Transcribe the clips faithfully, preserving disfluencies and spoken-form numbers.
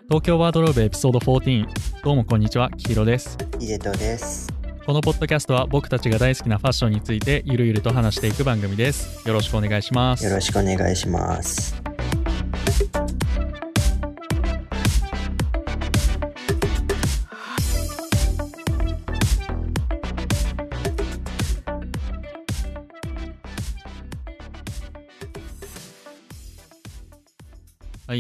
東京ワードローブエピソードじゅうよん。どうもこんにちは、きひろです。 ヒデトです。 このポッドキャストは僕たちが大好きなファッションについてゆるゆると話していく番組です。よろしくお願いします。 よろしくお願いします。 はい。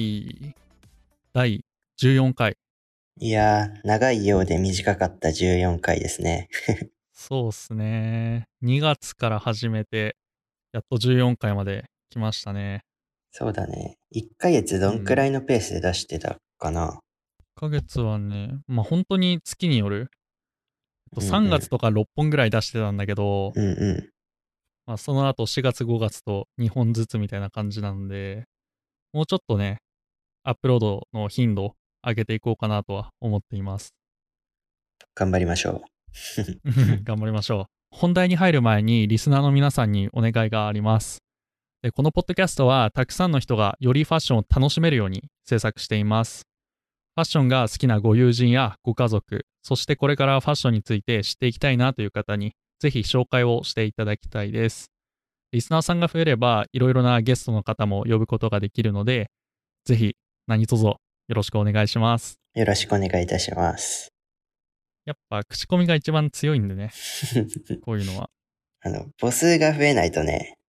だいじゅうよんかい。 いやー、長いようで短かったじゅうよんかいですね。 そうっすね。にがつから始めて、やっとじゅうよんかいまで来ましたね。 そうだね。いっかげつどんくらいのペースで出してたかな。 いっかげつはね、まあ本当に月による。 うんうん、 さんがつとかろっぽんぐらい出してたんだけど、 うんうまあ、その後しがつごがつとにほんずつみたいな感じなんで、もうちょっとね、アップロードの頻度上げていこうかなとは思っています。 頑張りましょ頑張りましょう。本題に入る前にリスナーの皆さんにお願いがあります。でこのポッドキャストはたくさんの人がよりファッションを楽しめるように制作しています。ファッションが好きなご友人やご家族、そしてこれからファッションについて知っていきたいなという方にぜひ紹介をしていただきたいです。リスナーさんが増えればいろいろなゲストの方も呼ぶことができるので、ぜひ何卒よろしくお願いします。 う。よろしくお願いいたします。 やっぱ口コミが一番強いんでね、こういうのは。 あの、母数が増えないとね。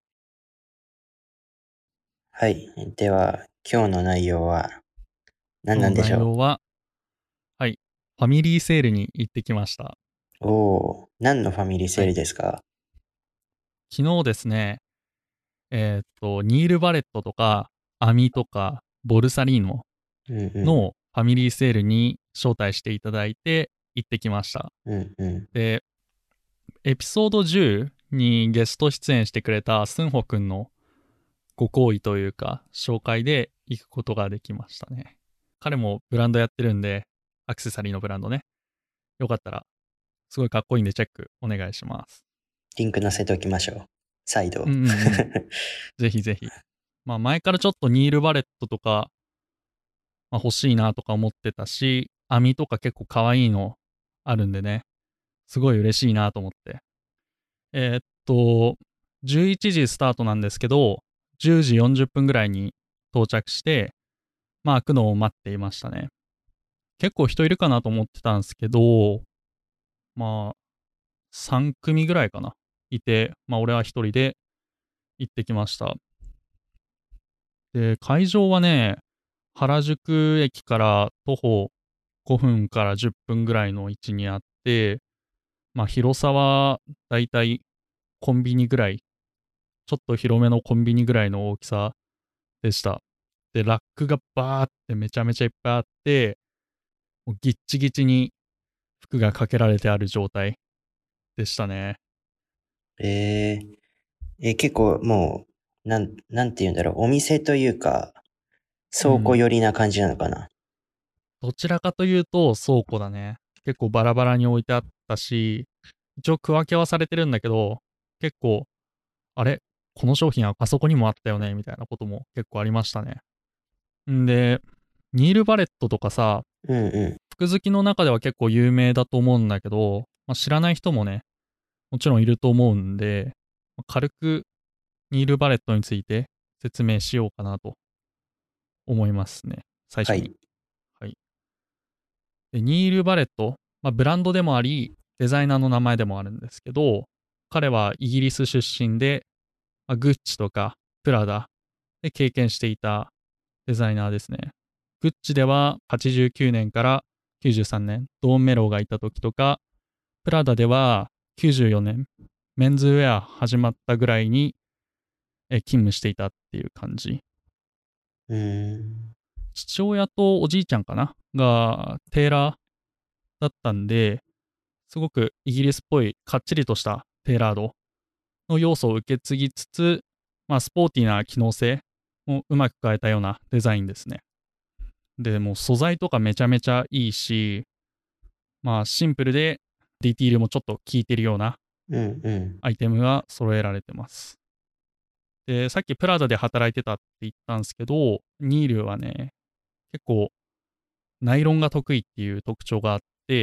はい。では、今日の内容は何なんでし今日の内容ょは、はい、ファミリーセールに行ってきました。 う。おー、何のファミリーセールですか？ 昨日ですね、えーっと、ニール・バレットとか、アミとか、ボルサリーノうんうん。 のファミリーセールに招待していただいて行ってきました。 うんうで、エピソードじゅうにゲスト出演してくれたスンホくんのご好意というか、紹介で行くことができましたね。彼もブランドやってるんで、アクセサリーのブランドね。よかったら、すごいかっこいいんでチェックお願いします。 ん。リンク載せておきましょう。再度。 うんうんうん。ぜひぜひ。まあ前からちょっとニール・バレットとか、まあ、欲しいなとか思ってたし、網とか結構可愛いのあるんでね、すごい嬉しいなと思って。えーっと、じゅういちじスタートなんですけど、じゅうじよんじゅっぷんぐらいに到着して、まあ開くのを待っていましたね。結構人いるかなと思ってたんですけど、まあさんくみぐらいかな。いて、まあ俺は一人で行ってきました。で、会場はね、原宿駅から徒歩ごふんからじゅっぷんぐらいの位置にあって、まあ広さはだいたいコンビニぐらい、ちょっと広めのコンビニぐらいの大きさでした。で、ラックがバーってめちゃめちゃいっぱいあって、もうギッチギチに服がかけられてある状態でしたね。 えー、えー結構もう、なん、なんて言うんだろう。お店というか、倉庫うん。 寄りな感じなのかな。 どちらかというと倉庫だね。結構バラバラに置いてあったし、一応区分けはされてるんだけど、結構、あれこの商品はあそこにもあったよねみたいなことも結構ありましたね。んで、ニール・バレットとかさ、 うんう服好きの中では結構有名だと思うんだけど、まあ、知らない人もね、もちろんいると思うんで、軽くニール・バレットについて説明しようかなと思いますね。最初に。 はい。 はい。でニール・バレット、まあ、ブランドでもあり、デザイナーの名前でもあるんですけど、彼はイギリス出身で、まあ、グッチとかプラダで経験していたデザイナーですね。グッチでははちじゅうきゅうねんからきゅうじゅうさんねん、ドーン・メローがいた時とか、プラダではきゅうじゅうよねん、メンズウェア始まったぐらいに勤務していたっていう感じ。 うーん。 父親とおじいちゃんかながテーラーだったんで、すごくイギリスっぽいかっちりとしたテーラードの要素を受け継ぎつつ、まあ、スポーティーな機能性もうまく変えたようなデザインですね。で、もう素材とかめちゃめちゃいいし、まあシンプルでディティールもちょっと効いてるようなうんうん。 アイテムが揃えられてます。で、さっきプラダで働いてたって言ったんですけど、ニールはね、結構ナイロンが得意っていう特徴があって、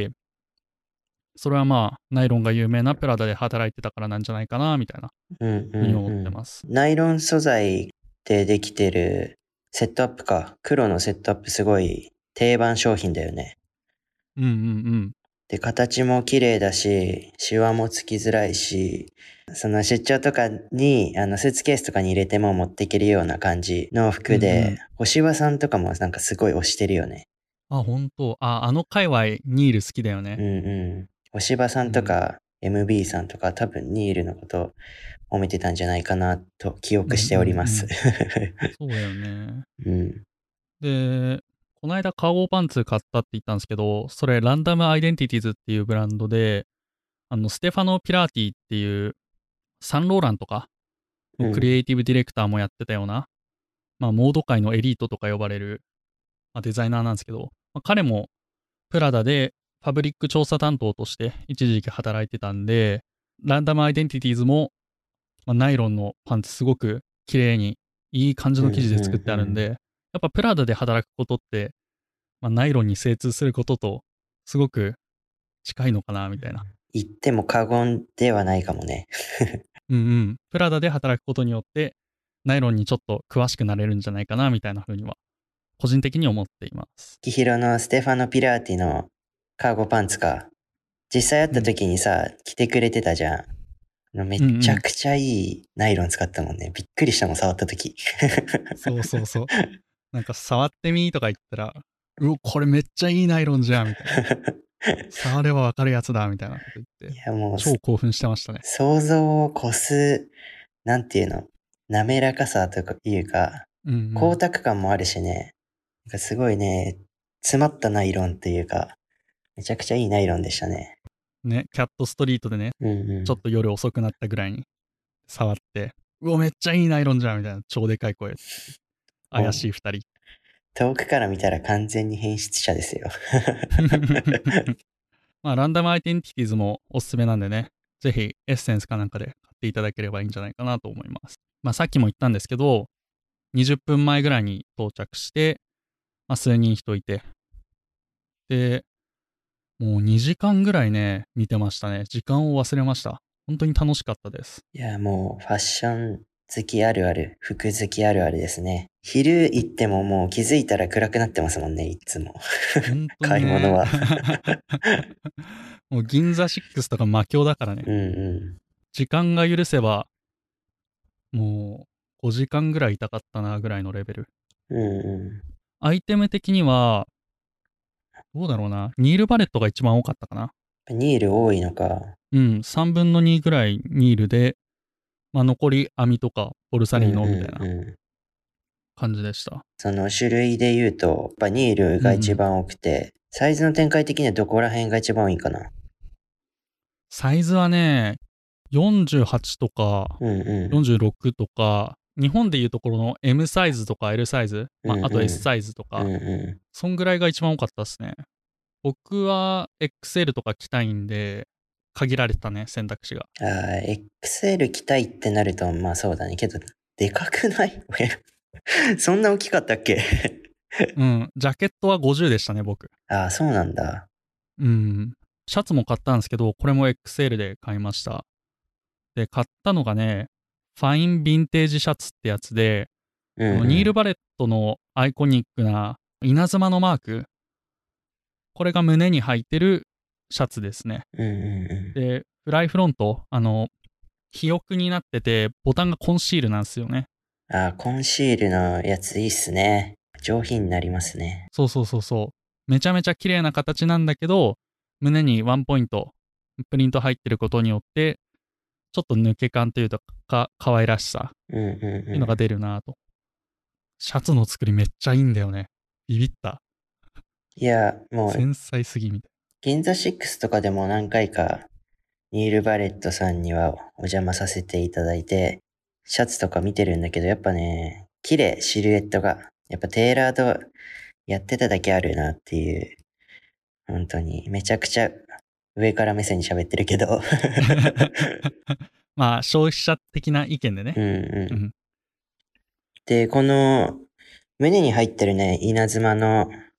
それはまあ、ナイロンが有名なプラダで働いてたからなんじゃないかな、みたいなうんふうに思うんうってます。 ん。ナイロン素材でできてるセットアップか。黒のセットアップすごい定番商品だよね。 うんうんうん。 で、形も綺麗だし、シワもつきづらいし、その出張とかに、あの、スーツケースとかに入れても持っていけるような感じの服で、 うんうん、 星葉さんとかもなんかすごい推してるよね。 あ、本当。あ、あの界隈、ニール好きだよね。 うんうん。星葉さんとか、エムビー さんとか多分ニールのこと褒めてたんじゃないかなと記憶しております。 うんうんうん、そうだよね。 うん。 で、この間カーゴパンツ買ったって言ったんですけど、それランダムアイデンティティズっていうブランドで、あの、ステファノ・ピラーティっていうサンローランとかのクリエイティブディレクターもやってたような、まあ、モード界のエリートとか呼ばれる、まあ、デザイナーなんですけど、まあ、彼もプラダでパブリック調査担当として一時期働いてたんで、ランダムアイデンティティズも、まあ、ナイロンのパンツすごく綺麗にいい感じうんの生地で作ってあるんで、 うんうん。 やっぱプラダで働くことって、まあ、ナイロンに精通することとすごく近いのかなみたいな。 言っても過言ではないかもね。 うんうん。プラダで働くことによってナイロンにちょっと詳しくなれるんじゃないかなみたいな風には個人的に思っています。 キヒロのステファノ・ピラーティのカーゴパンツか。実際会った時にさ、うん、着てくれてたじゃん。めちゃくちゃいいナイロン使ったもんね。びっくりしたもん、触った時。 そうそうそう。なんか触ってみーとか言ったら、うお、これめっちゃいいナイロンじゃんみたいな。触ればわかるやつだみたいなこと言って。いやもう超興奮してましたね。 想像を超す、なんていうの、滑らかさというか、うんうん、光沢感もあるしね。なんかすごいね、詰まったナイロンっていうか、めちゃくちゃいいナイロンでしたね。 ね、キャットストリートでね、うんうん、ちょっと夜遅くなったぐらいに触って、うお、めっちゃいいナイロンじゃんみたいな超でかい声。怪しい二人。 遠くから見たら完全に変質者ですよ。 まあ、ランダムアイデンティティズもおすすめなんでね、ぜひエッセンスかなんかで買っていただければいいんじゃないかなと思います。まあ、さっきも言ったんですけど、にじゅっぷんまえぐらいに到着して、まあ、数人人いて、で、もうにじかんぐらいね、見てましたね。時間を忘れました。本当に楽しかったです。 いや、もうファッション好きあるある、服好きあるあるですね。昼行ってももう気づいたら暗くなってますもんね、いつも。 本当買い物は。 もう銀座シックスとか魔境だからね。 うんうん。 時間が許せば、もうごじかんぐらいいたかったなぐらいのレベル。 うんうん。 アイテム的には、どうだろうな。ニールバレットが一番多かったかな。 ニール多いのか。 うん、さんぶんのにぐらいニールで、まあ、残り網とかボルサリーノみたいな感じでした。 うんうんうん、その種類で言うと、やっぱニールが一番多くて、うんうん、サイズの展開的にはどこら辺が一番多いかな。 サイズはね、よんじゅうはちとか、うんうん、よんじゅうろくとか、日本でいうところの エム サイズとか エル サイズ、まあ、うんうん、あと エス サイズとか、うんうん、そんぐらいが一番多かったですね。僕は エックスエル とか着たいんで、限られたね、選択肢が。 ああ、エックスエル 着たいってなると、まあそうだね。けど、でかくないそんな大きかったっけうん、ジャケットはごじゅうでしたね、僕。 ああ、そうなんだ。 うん。シャツも買ったんですけど、これも エックスエル で買いました。で、買ったのがね、ファインヴィンテージシャツってやつで、うんうん、あのニール・バレットのアイコニックな稲妻のマーク、これが胸に入ってるシャツですね。 うんうんうん、 で、フライフロント、あの、肥沃になってて、ボタンがコンシールなんですよね。 ああ、コンシールのやついいっすね。上品になりますね。 そうそうそうそう。めちゃめちゃ綺麗な形なんだけど、胸にワンポイント、プリント入ってることによって、ちょっと抜け感というか、可愛らしさっていうのが出るなと、うんうんうん。シャツの作りめっちゃいいんだよね。ビビった。 いや、もう、 繊細すぎみたいな。 銀座シックスとかでも何回か、ニール・バレットさんにはお邪魔させていただいて、シャツとか見てるんだけど、やっぱね、綺麗、シルエットが。やっぱテーラードやってただけあるなっていう。本当に、めちゃくちゃ上から目線に喋ってるけど。 まあ、消費者的な意見でね。 うんうん。うん、で、この、胸に入ってるね、稲妻の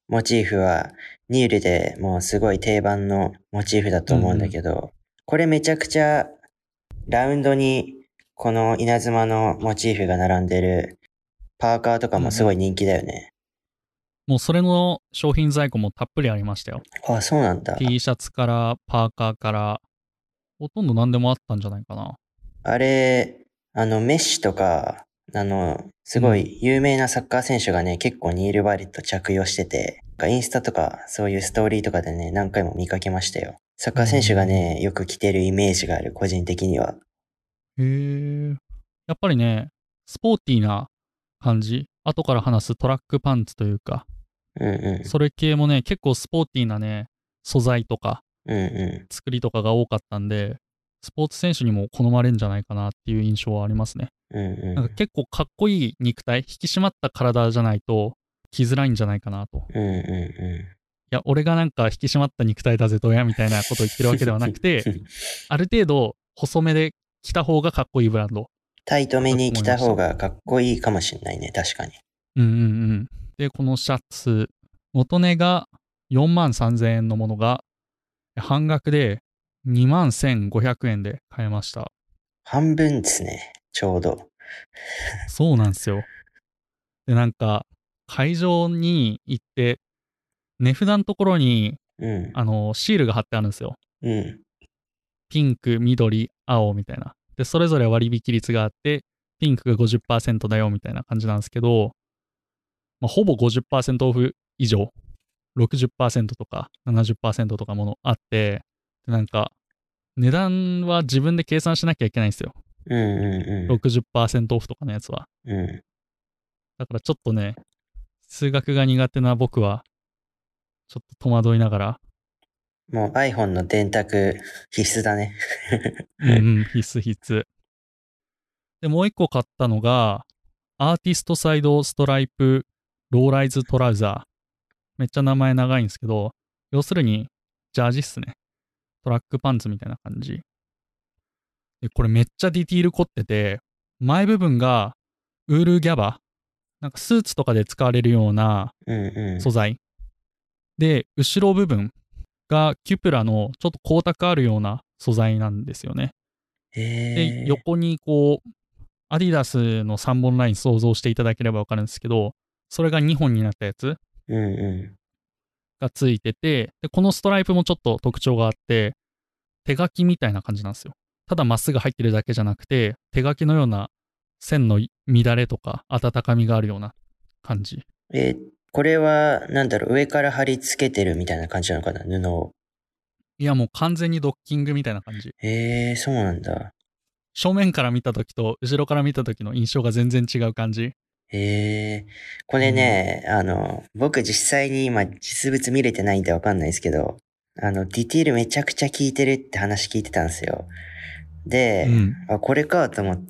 モチーフはニールでもうすごい定番のモチーフだと思うんだけど、うんうん、これめちゃくちゃラウンドにこの稲妻のモチーフが並んでるパーカーとかもすごい人気だよね。うんうん、 もうそれの商品在庫もたっぷりありましたよ。 あ、そうなんだ。 T シャツからパーカーからほとんど何でもあったんじゃないかな。 あれ、あのメッシとか、あの、すごい有名なサッカー選手がね、うん、結構ニールバレット着用してて、インスタとかそういうストーリーとかでね、何回も見かけましたよ。サッカー選手がね、よく着てるイメージがある、個人的には。 へえ。やっぱりね、スポーティーな感じ、後から話すトラックパンツというか、 うんうん、 それ系もね、結構スポーティーなね、素材とか、 うんうん、 作りとかが多かったんで、スポーツ選手にも好まれるんじゃないかなっていう印象はありますね。 うんうん、 なんか結構かっこいい肉体、引き締まった体じゃないと着づらいんじゃないかなと。 うんうんうん、いや、俺がなんか引き締まった肉体だぜどやみたいなことを言ってるわけではなくて、ある程度細めで着た方がかっこいいブランド。 タイトめに着た方がかっこいいかもしんないね、確かに。 うんうんうん。で、このシャツ、元値がよんまんさんぜんえんのものが、半額でにまんせんごひゃくえんで買えました。 半分ですね、ちょうど。 そうなんですよ。で、なんか、会場に行って、値札のところに、 うん、 あの、シールが貼ってあるんですよ。 うん。 ピンク、緑、青みたいな。で、それぞれ割引率があって、ピンクが ごじゅっパーセント だよみたいな感じなんですけど、まあ、ほぼ ごじゅっパーセント オフ以上、ろくじゅっパーセントとかななじゅっパーセントとかものあって、でなんか、値段は自分で計算しなきゃいけないんですよ。 うんうんうん。 ろくじゅっパーセント オフとかのやつは。 うん。 だからちょっとね、数学が苦手な僕は、ちょっと戸惑いながら。 もう iPhone の電卓必須だね。 うんうん、必須必須。で、もう一個買ったのが、アーティストサイドストライプローライズトラウザー。めっちゃ名前長いんですけど、要するに、ジャージっすね。トラックパンツみたいな感じ。で、これめっちゃディティール凝ってて、前部分がウールギャバ、なんかスーツとかで使われるような素材。うんうん、で、後ろ部分がキュプラのちょっと光沢あるような素材なんですよね。で、横にこう、アディダスのさんぼんライン想像していただければわかるんですけど、それがにほんになったやつがついてて、で、このストライプもちょっと特徴があって、手書きみたいな感じなんですよ。ただまっすぐ入ってるだけじゃなくて、手書きのような線の乱れとか温かみがあるような感じ。 えー、これは、なんだろう、上から貼り付けてるみたいな感じなのかな、布を。 いや、もう完全にドッキングみたいな感じ。 へえー、そうなんだ。 正面から見た時と後ろから見た時の印象が全然違う感じ。 へえー、これね、うん、あの、僕実際に今実物見れてないんでわかんないですけど、あの、ディティールめちゃくちゃ効いてるって話聞いてたんですよ。で、うん、あ、これかと思って、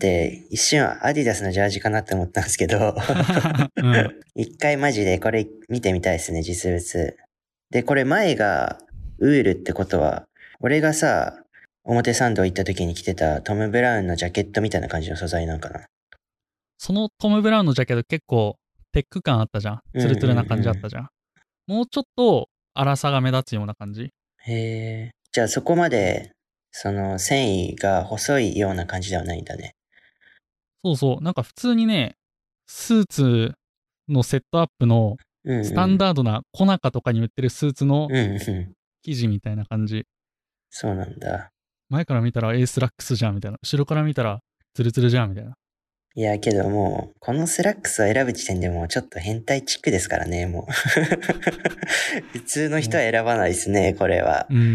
一瞬アディダスのジャージかなって思ったんですけど、うん、一回マジでこれ見てみたいですね、実物。で、これ前がウールってことは、俺がさ、表参道行った時に着てたトム・ブラウンのジャケットみたいな感じの素材なんかな。 そのトム・ブラウンのジャケット結構テック感あったじゃん。ツルツルな感じあったじゃん。うんうんうん、もうちょっと粗さが目立つような感じ。 へえ。じゃあそこまで、その繊維が細いような感じではないんだね。 そうそう。なんか普通にね、スーツのセットアップのスタンダードなコナカとかに売ってるスーツの生地みたいな感じ。うんうん、 そうなんだ。 前から見たらエースラックスじゃんみたいな。後ろから見たらツルツルじゃんみたいな。 いや、けどもう、このスラックスを選ぶ時点でもうちょっと変態チックですからね、もう。普通の人は選ばないですね、これは。うん。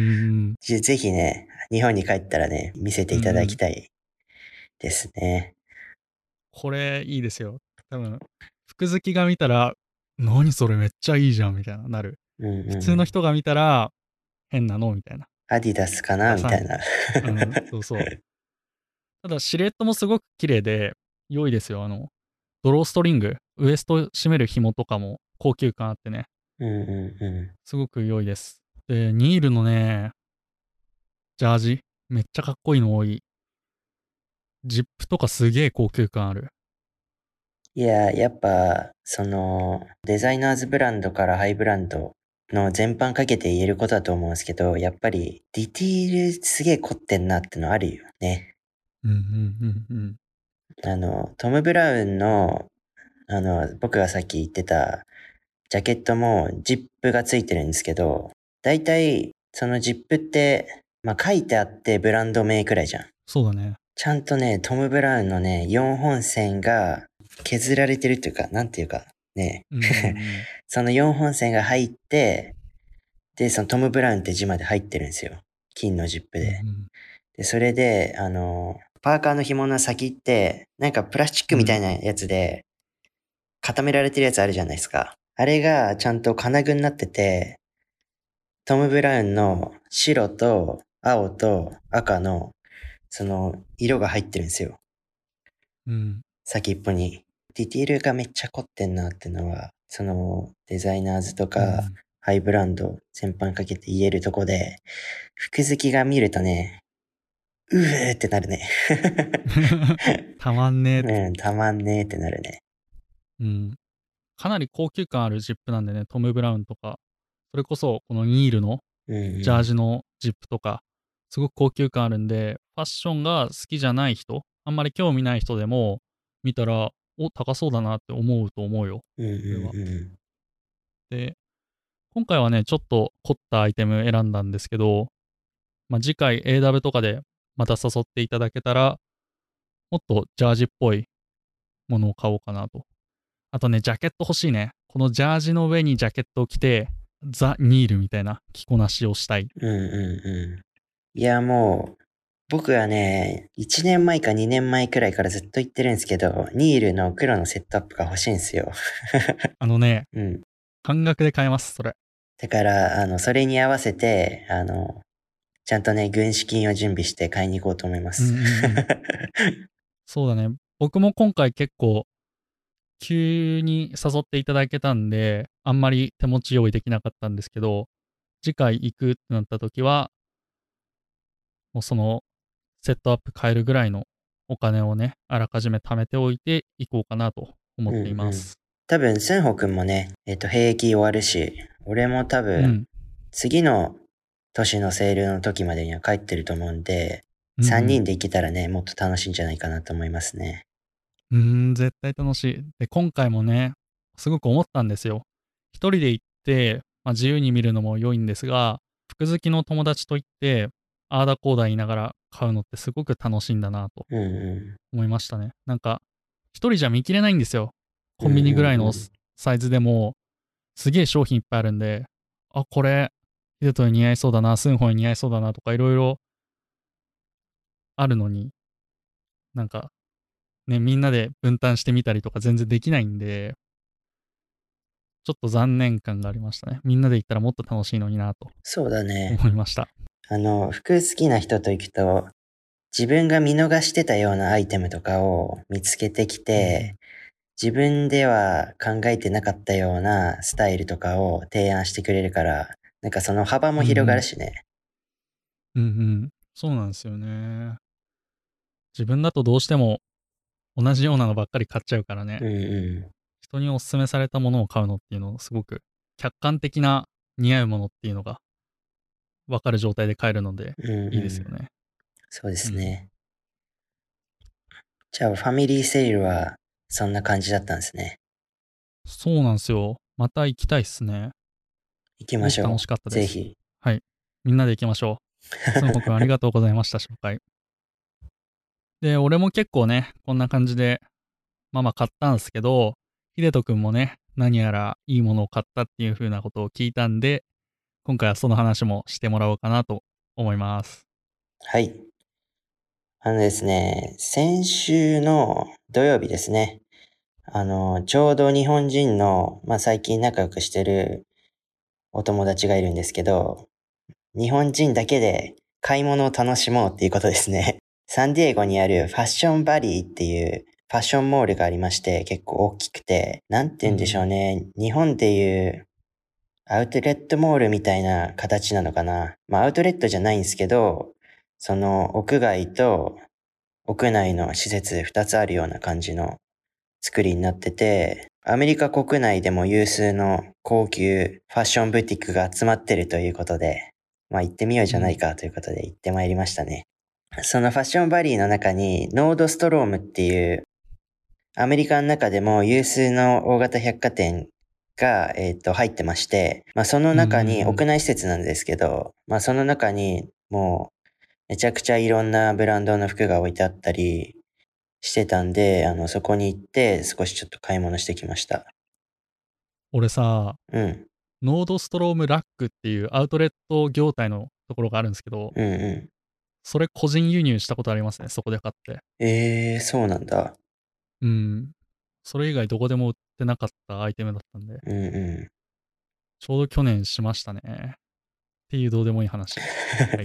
ぜひね、日本に帰ったらね、見せていただきたいですね。 これいいですよ。多分、服好きが見たら、何それめっちゃいいじゃんみたいななる。うんうん、普通の人が見たら、変なのみたいな。 アディダスかなみたいな。 うん、そうそう。ただ、シルエットもすごく綺麗で、良いですよ。あの、ドローストリング、ウエスト締める紐とかも高級感あってね。 うんうんうん。 すごく良いです。で、ニールのね、ジャージ、めっちゃかっこいいの多い。ジップとかすげえ高級感ある。 いや、やっぱ、その、デザイナーズブランドからハイブランドの全般かけて言えることだと思うんですけど、やっぱりディティールすげえ凝ってんなってのあるよね。 うんうんうんうん。 あの、トム・ブラウンの、あの、僕がさっき言ってたジャケットもジップがついてるんですけど、だいたいそのジップって、まあ書いてあってブランド名くらいじゃん。 そうだね。 ちゃんとね、トム・ブラウンのね、よんほん線が削られてるっていうか、なんていうか、ね、 うんうんうん。 そのよんほん線が入って、で、そのトム・ブラウンって字まで入ってるんですよ。金のジップで。 うんうんで、それで、あの、パーカーの紐の先って、なんかプラスチックみたいなやつで固められてるやつあるじゃないですか。あれがちゃんと金具になってて、トム・ブラウンの白と青と赤のその色が入ってるんですよ。 うん。 先っぽに。ディティールがめっちゃ凝ってんなってのは、そのデザイナーズとかうんハイブランド全般かけて言えるとこで、服好きが見るとね、うーってなるね。 たまんねえって。 うん、たまんねーってなるね。 うん。かなり高級感あるジップなんでね、トム・ブラウンとか、それこそこのニールのうんジャーうジのジップとか、すごく高級感あるんで、ファッションが好きじゃない人、あんまり興味ない人でも見たら、お、高そうだなって思うと思うよ。 ん。うんこれは。 うんうん。 で、今回はね、ちょっと凝ったアイテム選んだんですけど、まあ、次回 エーダブ とかでまた誘っていただけたら、もっとジャージっぽいものを買おうかなと。あとね、ジャケット欲しいね。このジャージの上にジャケットを着て、ザ・ニールみたいな着こなしをしたい。 うんうんうん。いやもう、僕はね、いちねんまえかにねんまえくらいからずっと言ってるんですけど、ニールの黒のセットアップが欲しいんですよ。 あのね、 うん。 半額で買えます、それ。 だから、あの、それに合わせて、あの、ちゃんとね、軍資金を準備して買いに行こうと思います。 うんうんうん。そうだね。僕も今回結構、急に誘っていただけたんで、あんまり手持ち用意できなかったんですけど、次回行くってなった時は、もうそのセットアップ買えるぐらいのお金をね、あらかじめ貯めておいていこうかなと思っうんていまうん。 す。 多分、スンホ君もね、えっと、兵役終わるし、俺も多分、 うん。 次の年のセールの時までには帰ってると思うんで、3 うんうん。 人で行けたらね、もっと楽しいんじゃないかなと思いますね。 うーん、絶対楽しい。で、今回もね、すごく思ったんですよ。一人で行って、まあ、自由に見るのも良いんですが、服好きの友達と行って、ああだこうだ言いながら買うのってすごく楽しいんだなとうんう思いましたね。なんか、一人じゃ見切れないんですよ。 ん。うんコンビニぐらいのうんうん。 サイズでも、すげえ商品いっぱいあるんで、あ、これ、ヒデトに似合いそうだな、スンホに似合いそうだなとかいろいろあるのに、なんかね、みんなで分担してみたりとか全然できないんで、ちょっと残念感がありましたね。みんなで行ったらもっと楽しいのになとそうだね。 思いました。 あの、服好きな人と行くと、自分が見逃してたようなアイテムとかを見つけてきて、 うん自分では考えてなかったようなスタイルとかを提案してくれるから、なんかその幅もうん。うん広がうん。 るしね。 うんうん。そうなんですよね。自分だとどうしても同じようなのばっかり買っちゃうからね。 うんう人におすすめされたものを買うのっていうのをすごく客観的な似合うものっていうのが分かる状態で買えるのでん。うんうん。 いいですよね。 そうでうん。 すね。じゃあ、ファミリーセールはそんな感じだったんですね。 そうなんですよ。また行きたいっすね。 行きすごく楽ましょう。 しかったです。 ぜひ。 はい。みんなで行きましょう。スンホくんありがとうございました、紹介。で、俺も結構ね、こんな感じで、まあまあ買ったんですけど、ヒデトくんもね、何やらいいものを買ったっていう風なことを聞いたんで、今回はその話もしてもらおうかなと思います。 はい。あのですね、先週の土曜日ですね。あの、ちょうど日本人の、まあ、最近仲良くしてるお友達がいるんですけど、日本人だけで買い物を楽しもうっていうことですね。サンディエゴにあるファッションバリーっていうファッションモールがありまして、結構大きくて、なんて言うんでしょうね。日本でいうアウトレットモールみたいな形なのかな。まあアウトレットじゃないんですけど、その屋外と屋内の施設ふたつあるような感じの作りになってて、アメリカ国内でも有数の高級ファッションブティックが集まってるということで、まあ行ってみようじゃないかということで行ってまいりましたね。うん、そのファッションバリーの中にノードストロームっていうアメリカの中でも有数の大型百貨店が、えっと、入ってまして、まあその中に屋内施設なんですけど、まあその中にもうめちゃくちゃいろんなブランドの服が置いてあったりしてたんで、あの、そこに行って少しちょっと買い物してきました。 俺さ、 うん。 ノードストロームラックっていうアウトレット業態のところがあるんですけど、 うんうそれ個人輸入したことありますね、そこで買って。 ん。えー、そうなんだ。 うん。それ以外どこでも売ってなかったアイテムだったんで、 うんうん。 ちょうど去年しましたね。っていうどうでもいい話。はい。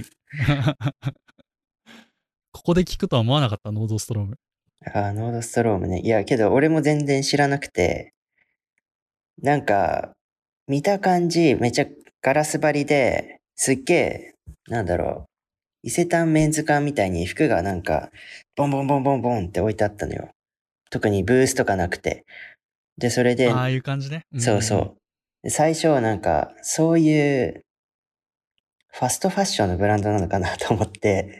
ここで聞くとは思わなかった、ノードストローム。 あー、ノードストロームね。いや、けど俺も全然知らなくて、なんか、見た感じ、めちゃガラス張りで、すっげえ、なんだろう、伊勢丹メンズ館みたいに服がなんか、ボンボンボンボンボンって置いてあったのよ。特にブースとかなくて。で、それで、 ああいう感じね。うんうんうん、 そうそう。で最初はなんか、そういうファストファッションのブランドなのかなと思って、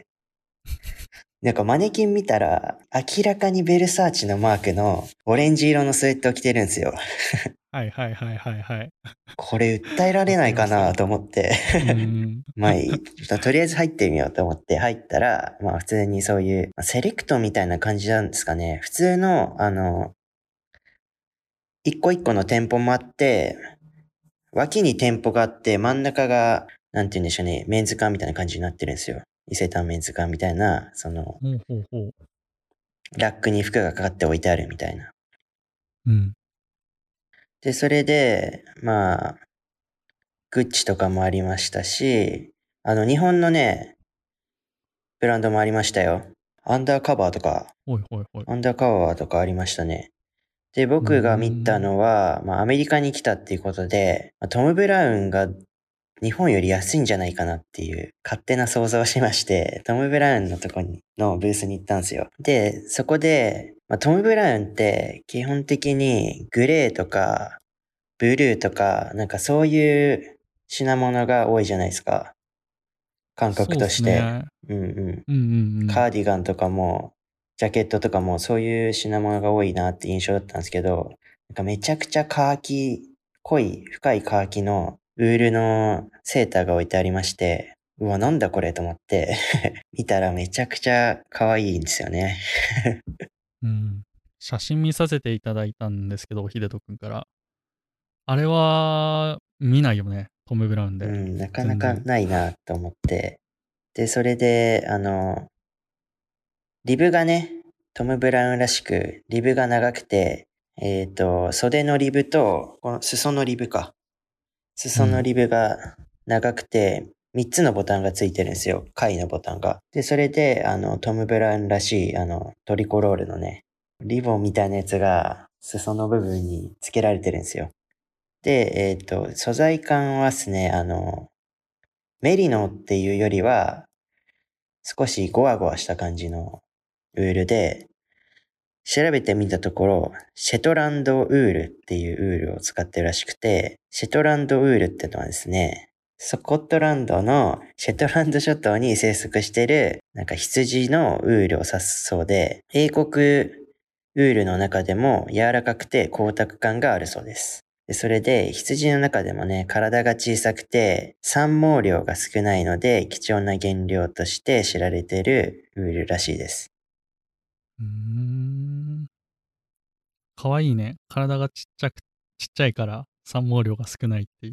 なんかマネキン見たら、明らかにベルサーチのマークのオレンジ色のスウェットを着てるんですよ。 はいはいはいはいはい。 これ訴えられわかないかりますよ。 なと思ってうん。 まあ、とりあえず入ってみようと思って入ったら、まあ普通にそういう、セレクトみたいな感じなんですかね。普通の、あの、一個一個の店舗もあって、脇に店舗があって、真ん中が、なんて言うんでしょうね、メンズ館みたいな感じになってるんですよ。伊勢丹メンズ館みたいな、その、 ほうほうほう。 ラックに服がかかって置いてあるみたいな。 うん。 で、それで、まあ、グッチとかもありましたし、あの、日本のね、ブランドもありましたよ。アンダーカバーとか、 ほいほいほい。 アンダーカバーとかありましたね。で、 うー僕が見たん。 のは、まあ、アメリカに来たっていうことで、まあトム・ブラウンが日本より安いんじゃないかなっていう勝手な想像をしまして、トム・ブラウンのとこに、のブースに行ったんですよ。で、そこで、まあ、トム・ブラウンって基本的にグレーとかブルーとか、なんかそういう品物が多いじゃないですか。感覚そうっとして。 すね。 うんうん。 うんうんうん。 カーディガンとかも、ジャケットとかもそういう品物が多いなって印象だったんですけど、なんかめちゃくちゃカーキ、濃い深いカーキのウールのセーターが置いてありまして、うわ、なんだこれと思って見たらめちゃくちゃ可愛いんですよねうん。写真見させていただいたんですけど、秀人くんから。あれは、見ないよね。トム・ブラウンで。 うん、なかな全然。 かないなと思って。で、それで、あの、リブがね、トム・ブラウンらしく、リブが長くて、えっと、袖のリブと、この裾のリブか。裾のリブが長くて、みっつのボタンがついてるんですよ。貝のボタンが。で、それで、あの、トム・ブラウンらしい、あの、トリコロールのね、リボンみたいなやつが、裾の部分に付けられてるんですよ。で、えっと、素材感はですね、あの、メリノっていうよりは、少しゴワゴワした感じのウールで、調べてみたところ、シェトランドウールっていうウールを使ってるらしくて、シェトランドウールってのはですね、スコットランドのシェトランド諸島に生息している、なんか羊のウールを指すそうで、英国ウールの中でも柔らかくて光沢感があるそうです。でそれで、羊の中でもね、体が小さくて、産毛量が少ないので、貴重な原料として知られているウールらしいです。 うーん。かわいいね。体がちっちゃく、ちっちゃいから産毛量が少ないっていう。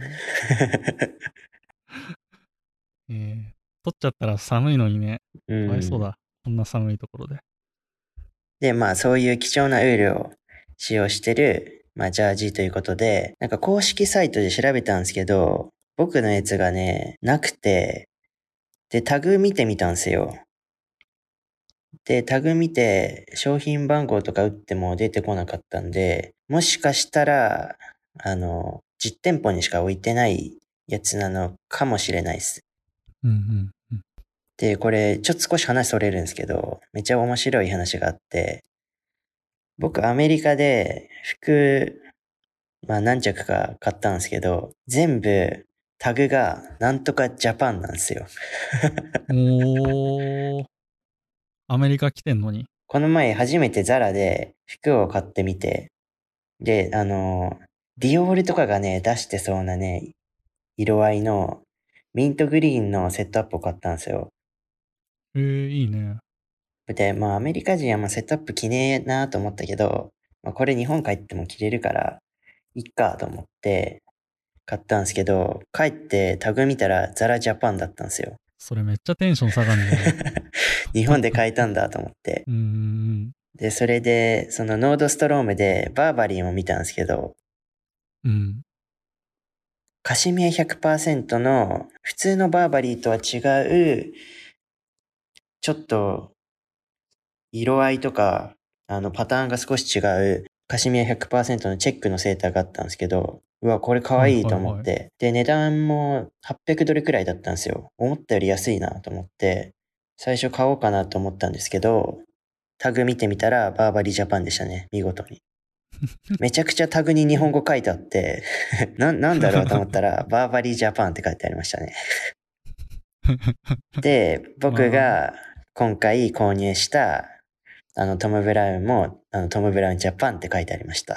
えー、取っちゃったら寒いのにね。 うかわいそうん。 だ。こんな寒いところで。 で、まあそういう貴重なウールを使用してる、まあジャージということで、なんか公式サイトで調べたんですけど、僕のやつがね、なくて、で、タグ見てみたんですよ。で、タグ見て、商品番号とか打っても出てこなかったんで、もしかしたら、あの、実店舗にしか置いてないやつなのかもしれないです。 うんうんうん。 で、これ、ちょっと少し話それるんですけど、めっちゃ面白い話があって、 僕アメリカで服、まあ何着か買ったんですけど、全部タグがなんとかジャパンなんですよ。 おー、アメリカ来てんのに。 この前初めてザラで服を買ってみて、で、あの、ディオールとかがね、出してそうなね、色合いのミントグリーンのセットアップを買ったんですよ。 えー、いいね。 で、まあアメリカ人はまあセットアップ着ねえなと思ったけど、まあこれ日本帰っても着れるから、いっかと思って買ったんですけど、帰ってタグ見たらザラジャパンだったんですよ。 それめっちゃテンション下がんじゃん。 日本で買えたんだと思って。 うーん。 で、それで、そのノードストロームでバーバリーも見たんですけど、 うん。 カシミヤ ひゃくパーセント の普通のバーバリーとは違う、ちょっと色合いとか、あのパターンが少し違うカシミヤ ひゃくパーセント のチェックのセーターがあったんですけど、うわ、これ可はい愛いとはいはい。 思って。で、値段もはっぴゃくドルくらいだったんですよ。思ったより安いなと思って、最初買おうかなと思ったんですけど、タグ見てみたらバーバリージャパンでしたね。見事に。めちゃくちゃタグに日本語書いてあってな、なんだろうと思ったら、バーバリージャパンって書いてありましたね。で、僕まあ、 が今回購入したあのトム・ブラウンもあのトム・ブラウンジャパンって書いてありました。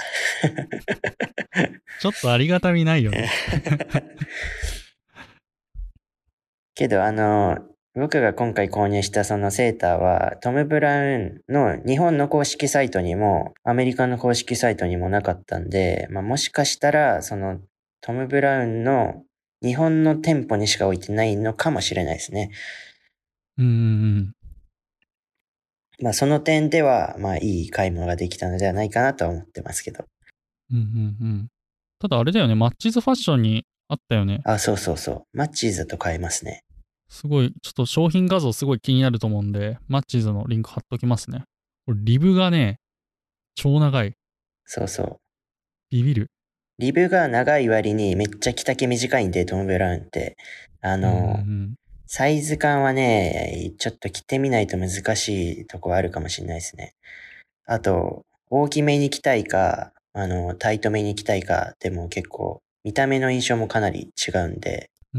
ちょっとありがたみないよね。 けどあの、僕が今回購入したそのセーターはトム・ブラウンの日本の公式サイトにもアメリカの公式サイトにもなかったんで、まあ、もしかしたらそのトム・ブラウンの日本の店舗にしか置いてないのかもしれないですね。 うーん。 まあその点ではまあいい買い物ができたのではないかなとは思ってますけど。 うんうんうん。ただあれだよね、マッチーズファッションにあったよね。 あ、そうそうそう。マッチーズだと買えますね。 すごい、ちょっと商品画像すごい気になると思うんで、マッチーズのリンク貼っときますね。これリブがね、超長い。 そうそう。 ビビる。 リブが長い割にめっちゃ着丈短いんで、トム・ブラウンって。あうんうんうの、 ん。 サイズ感はね、ちょっと着てみないと難しいとこあるかもしれないですね。あと、大きめに着たいか、あの、タイトめに着たいかでも結構、見た目の印象もかなり違うんで、 うんうん。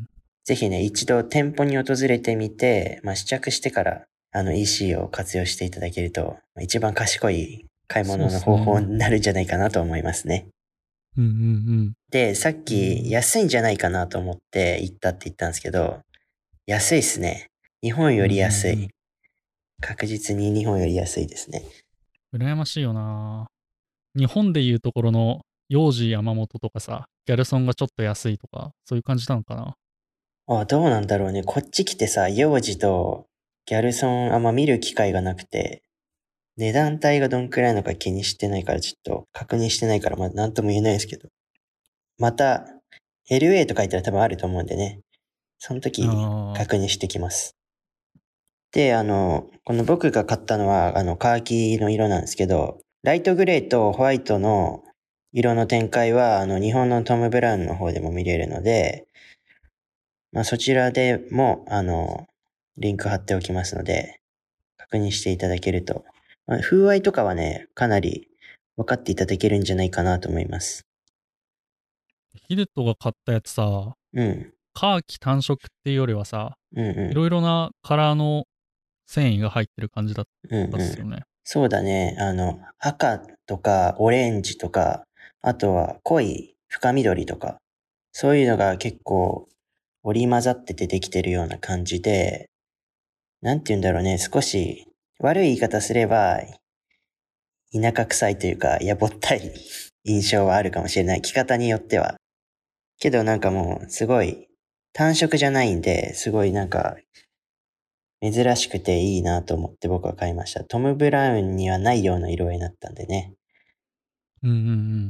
ぜひね、一度店舗に訪れてみて、まあ、試着してから、あの イーシー を活用していただけると、一番賢い買いそうっ物のすね。 方法になるんじゃないかなと思いますね。 うんうんで、さっうん。 き安いんじゃないかなと思って行ったって言ったんですけど、安いっすね。日本ようんうんうり安い。 ん。 確実に日本より安いですね。 羨ましいよな。日本でいうところの幼児山本とかさ、ギャルソンがちょっと安いとか、そういう感じなのかな。 あ、どうなんだろうね。こっち来てさ、幼児とギャルソンあんま見る機会がなくて、値段帯がどんくらいなのか気にしてないからちょっと確認してないからまあなんとも言えないですけど。また、エルエー と書いたら多分あると思うんでね。その時ああ、 確認してきます。で、あの、この僕が買ったのは、あの、カーキの色なんですけど、ライトグレーとホワイトの色の展開は、あの、日本のトム・ブラウンの方でも見れるので、まあ、そちらでも、あの、リンク貼っておきますので、確認していただけると。まあ、風合いとかはね、かなり分かっていただけるんじゃないかなと思います。 ヒデトが買ったやつさ、 うん、 カーキ単色っていうよりはさ、 うん、ういん、 ろいろなカラーの繊維が入ってる感じだっうん、 たっうん。 すよね。 そうだね。あの、赤とかオレンジとか、あとは濃い深緑とか、そういうのが結構織り混ざっててできてるような感じで、なんて言うんだろうね。少し悪い言い方すれば、田舎臭いというか、やぼったい印象はあるかもしれない。着方によっては。けどなんかもう、すごい、単色じゃないんで、すごいなんか、珍しくていいなと思って僕は買いました。トム・ブラウンにはないような色合いになったんでね。 うんうんうん。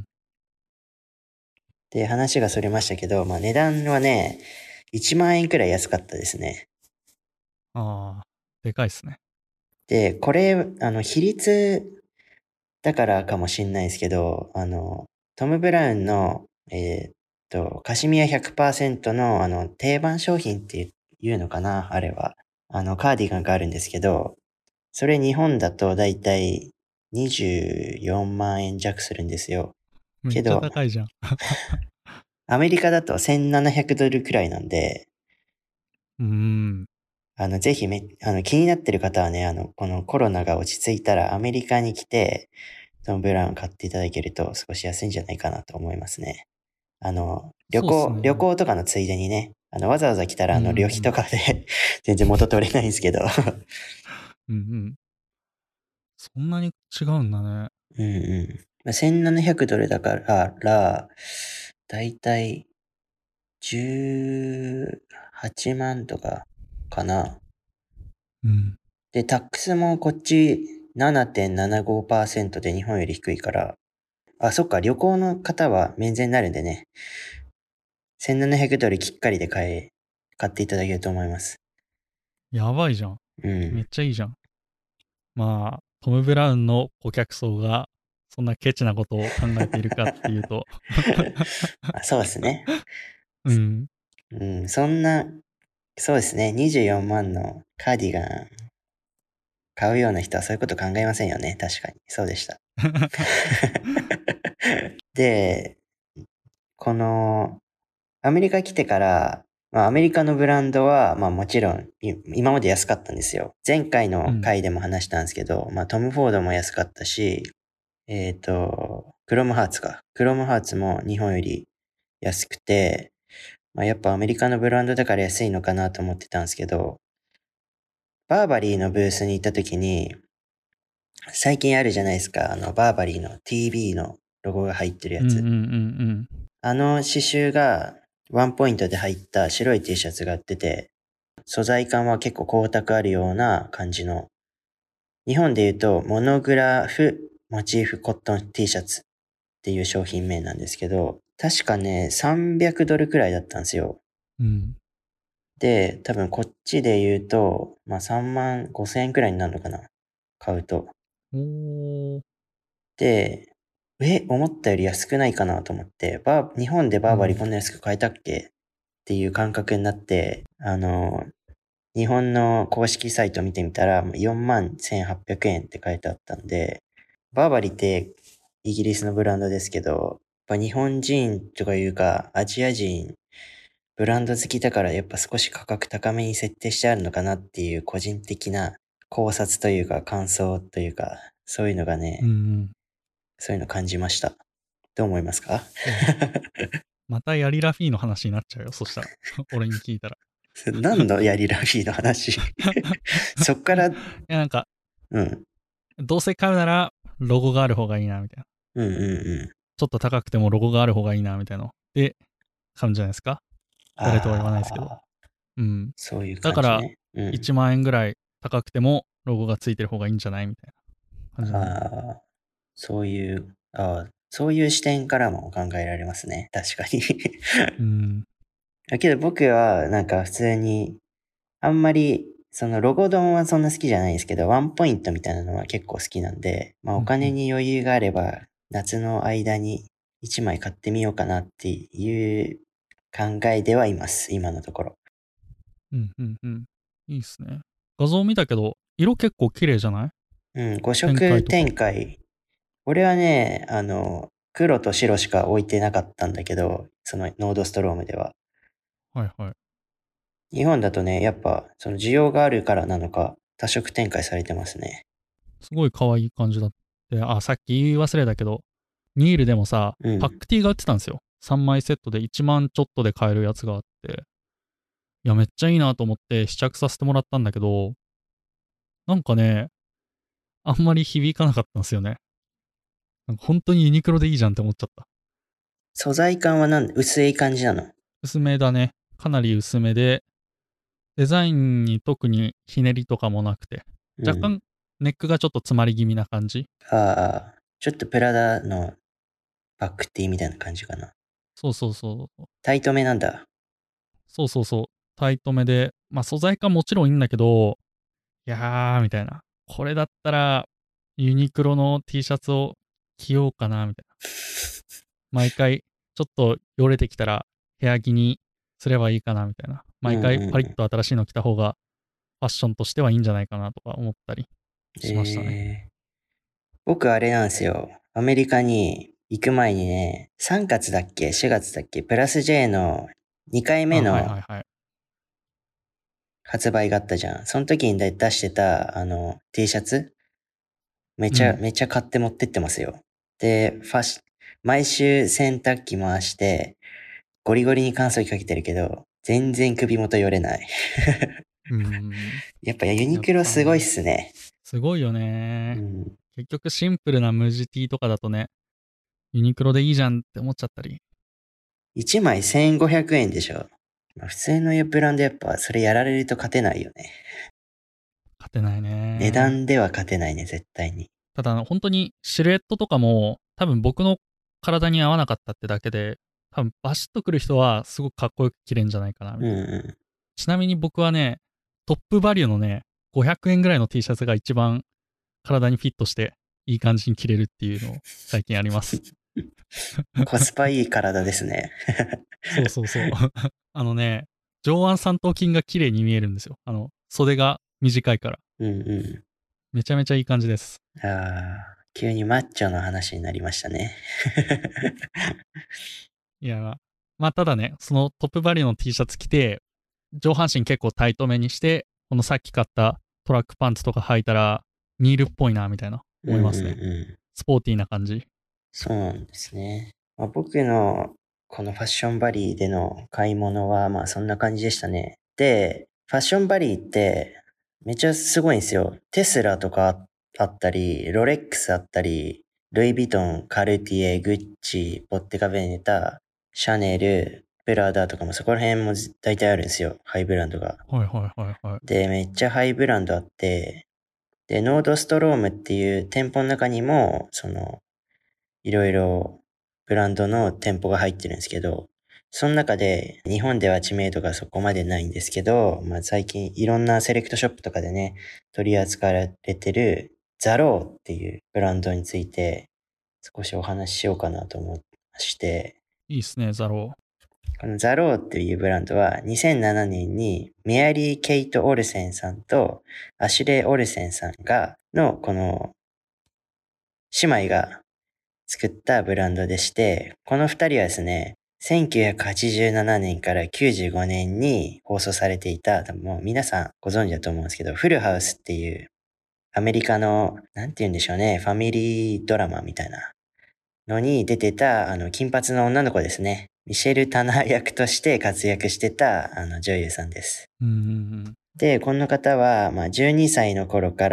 で、話がそれましたけど、まあ値段はね、いちまん円くらい安かったですね。 ああ、でかいっすね。 で、これ、あの、比率だからかもしんないですけど、あの、トム・ブラウンの、えーっと、カシミヤひゃくパーセントの、あの、定番商品っていうのかな、あれは。あの、カーディガンがあるんですけど、それ日本だとだいたいにじゅうよんまんえん弱するんですよ。 めっちゃ高いじゃん。 アメリカだとせんななひゃくドルくらいなんで、 うーん。 あの、ぜひめ、あの、気になってる方はね、あの、このコロナが落ち着いたらアメリカに来て、トム・ブラウン買っていただけると少し安いんじゃないかなと思いますね。あの、旅行、 そうっすね。 旅行とかのついでにね、あの、わざわざ来たら、あの、 うんうん旅費とかで全然元取れないんですけど。 うんうん。そんなに違うんだね。 うんうん。まあ、せんななひゃくドルだから、だいたいじゅうはちまんとかかな。 うん。 で、タックスもこっち ななてんななごパーセント で日本より低いから、あ、そっか、旅行の方は免税になるんでね、せんななひゃくドルきっかりで買え、買っていただけると思います。 やばいじゃん。 うん。 めっちゃいいじゃん。まあ、トム・ブラウンの顧客層がそんなケチなことを考えているかっていうとあ、そうですね。 うん。 うん、そんな、そうですね、にじゅうよんまんのカーディガン買うような人はそういうこと考えませんよね。確かに。そうでした。で、この、アメリカ来てから、まあ、アメリカのブランドは、まあもちろん、今まで安かったんですよ。前回の回でも話したんですけど、うん、まあトム・フォードも安かったし、えっ、ー、と、クロムハーツか。クロムハーツも日本より安くて、まあ、やっぱアメリカのブランドだから安いのかなと思ってたんですけど、バーバリーのブースに行った時に、最近あるじゃないですか。あの、バーバリーの ティービー のロゴが入ってるやつ。 うんうんうんうん。 あの刺繍がワンポイントで入った白い T シャツが売ってて、素材感は結構光沢あるような感じの、日本で言うとモノグラフモチーフコットン T シャツっていう商品名なんですけど、確かね、さんびゃくドルくらいだったんですよ。 うん。 で、多分こっちで言うと、まあさんまんごせんえんくらいになるのかな。買うと。 おー。 で、え、思ったより安くないかなと思って、バー、日本でバーバリーこんな安く買えたっけっていう感覚になって、あの、日本の公式サイト見てみたら、よんまんせんはっぴゃくえんって書いてあったんで、バーバリーってイギリスのブランドですけど、やっぱ日本人とかいうか、アジア人、ブランド好きだからやっぱ少し価格高めに設定してあるのかなっていう個人的な考察というか感想というか、そういうのがね、 うんうん。 そういうの感じました。どう思いますか？ またヤリラフィーの話になっちゃうよ、そしたら。俺に聞いたら。 何のヤリラフィーの話そっから、 いや、なんか、 うん。 どうせ買うなら、ロゴがある方がいいな、みたいな。 うんうんうん。 ちょっと高くてもロゴがある方がいいな、みたいなの。で、買うんじゃないですか？誰とは言わないですけど。 ああ、 うん。 そういうだから、 感じね。うん。 いちまん円ぐらい高くても、ロゴがついてる方がいいんじゃないみたいな感じだね。 ああ、そういう、ああ、そういう視点からも考えられますね。確かにうん。 だけど僕はなんか普通に、あんまり、そのロゴ丼はそんな好きじゃないんですけど、ワンポイントみたいなのは結構好きなんで、まあおうんうん。 金に余裕があれば、夏の間にいちまい買ってみようかなっていう考えではいます。今のところ。 うんうんうん。いいっすね。画像見たけど、色結構綺麗じゃない？ うん、ご色展開とか。 展開。俺はね、あの、黒と白しか置いてなかったんだけど、そのノードストロームでは。 はいはい。 日本だとね、やっぱ、その需要があるからなのか、多色展開されてますね。 すごい可愛い感じだって。あ、さっき言い忘れたけど、ニールでもさ、 うん。 パックティーが売ってたんですよ。さんまいセットでいちまんちょっとで買えるやつがあって。いや、めっちゃいいなと思って試着させてもらったんだけど、なんかね、あんまり響かなかったんですよね。なんか本当にユニクロでいいじゃんって思っちゃった。 素材感はなん薄い感じなの？ 薄めだね。かなり薄めで、デザインに特にひねりとかもなくて、 うん。 若干ネックがちょっと詰まり気味な感じ。 ああ、ちょっとプラダのバックティーみたいな感じかな。 そうそうそう。 タイトめなんだ。 そうそうそう。タイトめで、まあ素材感もちろんいいんだけど、いやー、みたいな。これだったら、ユニクロの T シャツを着ようかな、みたいな。毎回、ちょっとよれてきたら、部屋着にすればいいかな、みたいな。 うんうん毎回、パリッうと新しいの着た方が、ファッションとしてはいいんじゃないかな、とか思ったりん。 しましたね。 え僕あれなんですよ。アメリカに行く前にね、さんがつだっけ ?しがつだっけプラス J のにかいめあ、はいはのいはい。 発売があったじゃん。その時に出してた、あの、T シャツめちゃ、 うん。 めちゃ買って持ってってますよ。で、ファッシ、毎週洗濯機回して、ゴリゴリに乾燥機かけてるけど、全然首元よれない。 うん。 やっぱユニやっクロすごいっぱね、 すね。 すごいようね。 ん。 結局シンプルな無地 T とかだとね、ユニクロでいいじゃんって思っちゃったり。 いちまいせんごひゃくえんでしょ。まあ普通のブランドやっぱそれやられると勝てないよね。 勝てない値ね。 段では勝てないね、絶対に。 ただ、本当にシルエットとかも、多分僕の体に合わなかったってだけで、多分バシッとくる人はすごくかっこよく着れるんじゃないかな、みたいな。 うんうちなみに僕はね、トップバリューのね、ごひゃくえんぐらいの T シャツが一番体にフィットして、いい感じに着れるっていうのを最近あります。 ん。コスパいい体ですね。 そうそうそう。あのね、上腕三頭筋が綺麗に見えるんですよ。あの、袖が短いから。 うんうめちゃめちゃいい感じです。 ん。ああ、急にマッチョの話になりましたね。 いや、まあ、まあ、ただね、そのトップバリューの T シャツ着て、上半身結構タイトめにして、このさっき買ったトラックパンツとか履いたら、ニールっぽいな、みたいな、 うんうん思いますね。 うん。 スポーティーな感じ。 そうなんですね。まあ、僕のこのファッションバリーでの買い物はまあそんな感じでしたね。で、ファッションバリーってめっちゃすごいんですよ。テスラとかあったり、ロレックスあったり、ルイ・ヴィトン、カルティエ、グッチ、ボッテガ・ベネタ、シャネル、プラダとかもそこら辺も大体あるんですよ。ハイブランドが。 はいはいはいはい。 で、めっちゃハイブランドあって、で、ノードストロームっていう店舗の中にも、その、いろいろブランドの店舗が入ってるんですけど、その中で日本では知名度がそこまでないんですけど、まあ最近いろんなセレクトショップとかでね、取り扱われてるザローっていうブランドについて少しお話ししようかなと思いまして、 いいっすね、ザロこのザローっていうブランドはにせんななねんにメアリー・ケイト・オルセンさんとアシュレイ・オルセンさんがのこの姉妹が作ったブランドでして、この二人はですね、せんきゅうひゃくはちじゅうななねんからきゅうじゅうごねんに放送されていた、多分もう皆さんご存知だと思うんですけど、フルハウスっていうアメリカの、なんて言うんでしょうね、ファミリードラマみたいなのに出てた、あの、金髪の女の子ですね。ミシェル・タナー役として活躍してた、あの、女優さんです。 ー。うんうんうん。 で、この方は、まあ、じゅうにさいの頃から、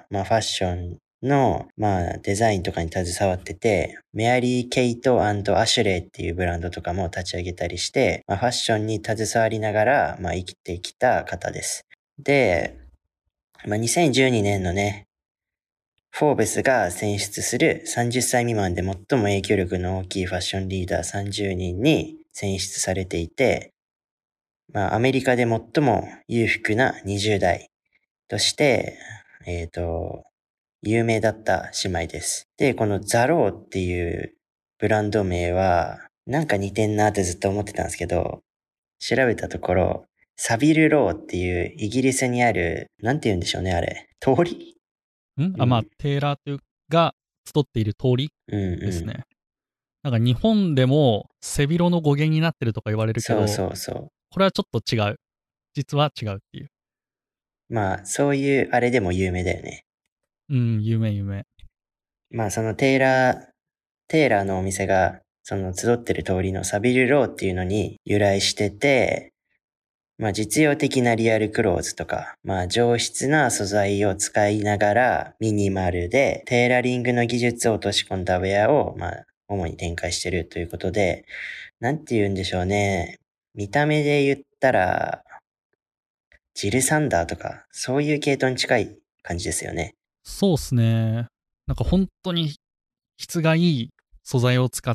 まあ、ファッションの、まあ、デザインとかに携わってて、メアリー・ケイトアシュレイっていうブランドとかも立ち上げたりして、まあ、ファッションに携わりながら、まあ、生きてきた方です。で、まあ、にせんじゅうにねんのね、フォーブスが選出するさんじゅっさい未満で最も影響力の大きいファッションリーダーさんじゅうにんに選出されていて、まあ、アメリカで最も裕福なにじゅう代として、えっと、有名だった姉妹です。で、このザローっていうブランド名は、なんか似てんなってずっと思ってたんですけど、調べたところ、サビルローっていうイギリスにある、なんて言うんでしょうね、あれ。通りんあ、まあ、 うん。 テーラーというが集っている通りうんうん。 ですね。なんか日本でも背広の語源になってるとか言われるけそうど、 そうそこれはちょっと違う。実は違うっていう。 う。まあ、そういうあれでも有名だよね。 うん、有名有名。 まあ、そのテーラー、テーラーのお店が、その集ってる通りのサビルローっていうのに由来してて、まあ実用的なリアルクローズとか、まあ上質な素材を使いながらミニマルでテーラリングの技術を落とし込んだウェアを、まあ主に展開しているということで、なんて言うんでしょうね。見た目で言ったら、ジルサンダーとか、そういう系統に近い感じですよね。 そうっすね。なんか本当に質がいい素材を使って、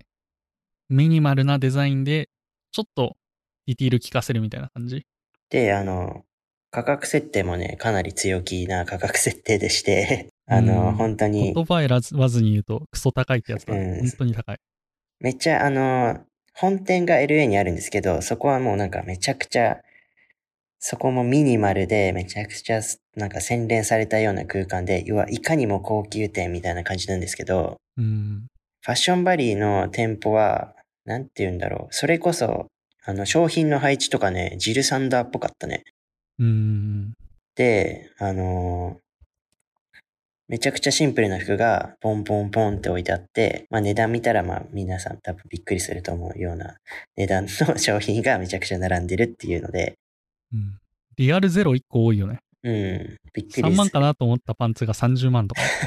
ミニマルなデザインで、ちょっとディティール効かせるみたいな感じ。 で、あの、価格設定もね、かなり強気な価格設定でして、 うあの、 ん。 本当に、 言葉選ばずに言うとクソ高いってやつだね。 うん、 本当に高い。 めっちゃあの、本店が エルエー にあるんですけど、そこはもうなんかめちゃくちゃそこもミニマルでめちゃくちゃなんか洗練されたような空間で、要はいかにも高級店みたいな感じなんですけど、 うん。 ファッションバリーの店舗は、なんて言うんだろう。それこそ、あの、商品の配置とかね、ジルサンダーっぽかったね。 うん。 で、あのーめちゃくちゃシンプルな服がポンポンポンって置いてあって、まあ値段見たらまあ皆さん多分びっくりすると思うような値段の商品がめちゃくちゃ並んでるっていうので、 うん。リアルゼロいっこ多いよね。 うん、びっくさんまんかりする。 なと思ったパンツがさんじゅうまんとかね。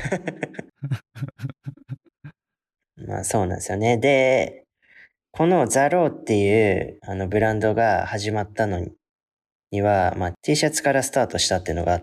まあそうなんですよね。で、このザローっていうあのブランドが始まったのには、まあ T シャツからスタートしたっていうのがあって、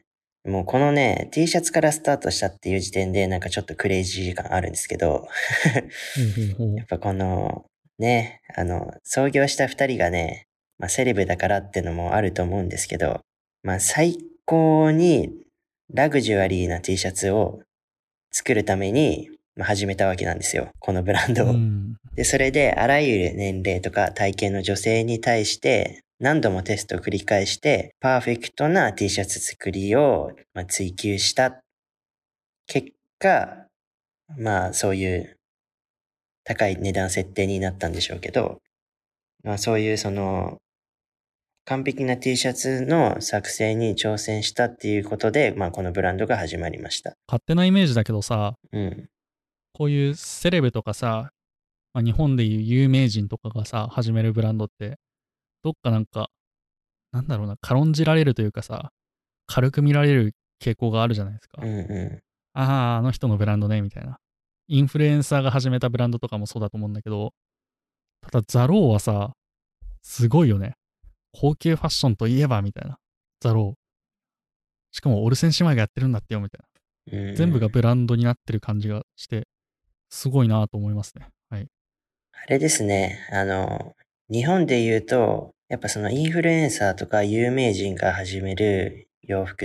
もうこのね、T シャツからスタートしたっていう時点でなんかちょっとクレイジー感あるんですけど、 ほうほうほう。 やっぱこのね、あの、創業した二人がね、まあセレブだからってのもあると思うんですけど、まあ最高にラグジュアリーな T シャツを作るために、まあ、始めたわけなんですよ。このブランドうを。 ん。 で、それであらゆる年齢とか体型の女性に対して何度もテストを繰り返して、パーフェクトな T シャツ作りを、まあ、追求した結果、まあそういう高い値段設定になったんでしょうけど、まあそういうその完璧な T シャツの作成に挑戦したっていうことで、まあこのブランドが始まりました。 勝手なイメージだけどさ、 うん。 こういうセレブとかさ、まあ、日本でいう有名人とかがさ、始めるブランドって、どっかなんか、なんだろうな、軽んじられるというかさ、軽く見られる傾向があるじゃないですか。 うんうああ、あの人のブランドね、みたいな。インフルエンサーが始めたブランドとかもそうだと思うんだけど、ただザローはさ、すごいよね。高級ファッションといえば、みたいな。ザロー。しかもオルセン姉妹がやってるんだってよ、みたいな。 ん。うん全部がうん。 ブランドになってる感じがして、すごいなと思いますね。はい。 あれですね。あの、日本で言うと、やっぱそのインフルエンサーとか有名人が始める洋服って、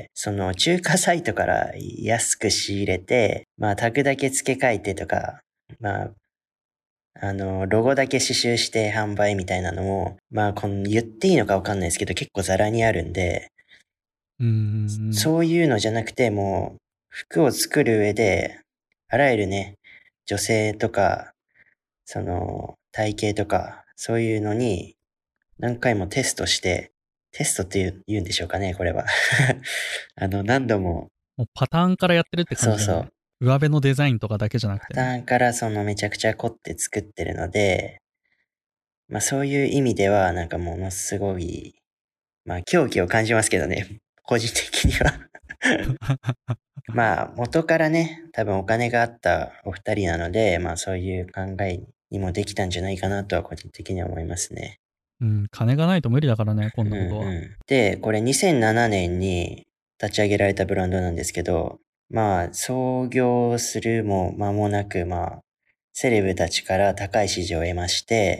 その中華サイトから安く仕入れて、まあタグだけ付け替えてとか、まあ、あの、ロゴだけ刺繍して販売みたいなのも、まあこの言っていいのかわかんないですけど、結構ザラにあるんで、 うーん。 そういうのじゃなくて、もう服を作る上で、あらゆるね、女性とか、その体型とか、そういうのに何回もテストして、テストって言う言うんでしょうかね、これは。あの、何度も、 もうパターンからやってるって感そうそう、 じだよね。上辺のデザインとかだけじゃなくパタてね。 ーンからそのめちゃくちゃ凝って作ってるので、まあそういう意味では、なんかものすごい、まあ狂気を感じますけどね、個人的には。まあ元からね、多分お金があったお二人なので、まあそういう考えにもできたんじゃないかなとは個人的には思いますね。 うん、金がないと無理だからね、こんうんなことは。 うん。で、これにせんななねんに立ち上げられたブランドなんですけど、まあ、創業するも間もなく、まあ、セレブたちから高い支持を得まして、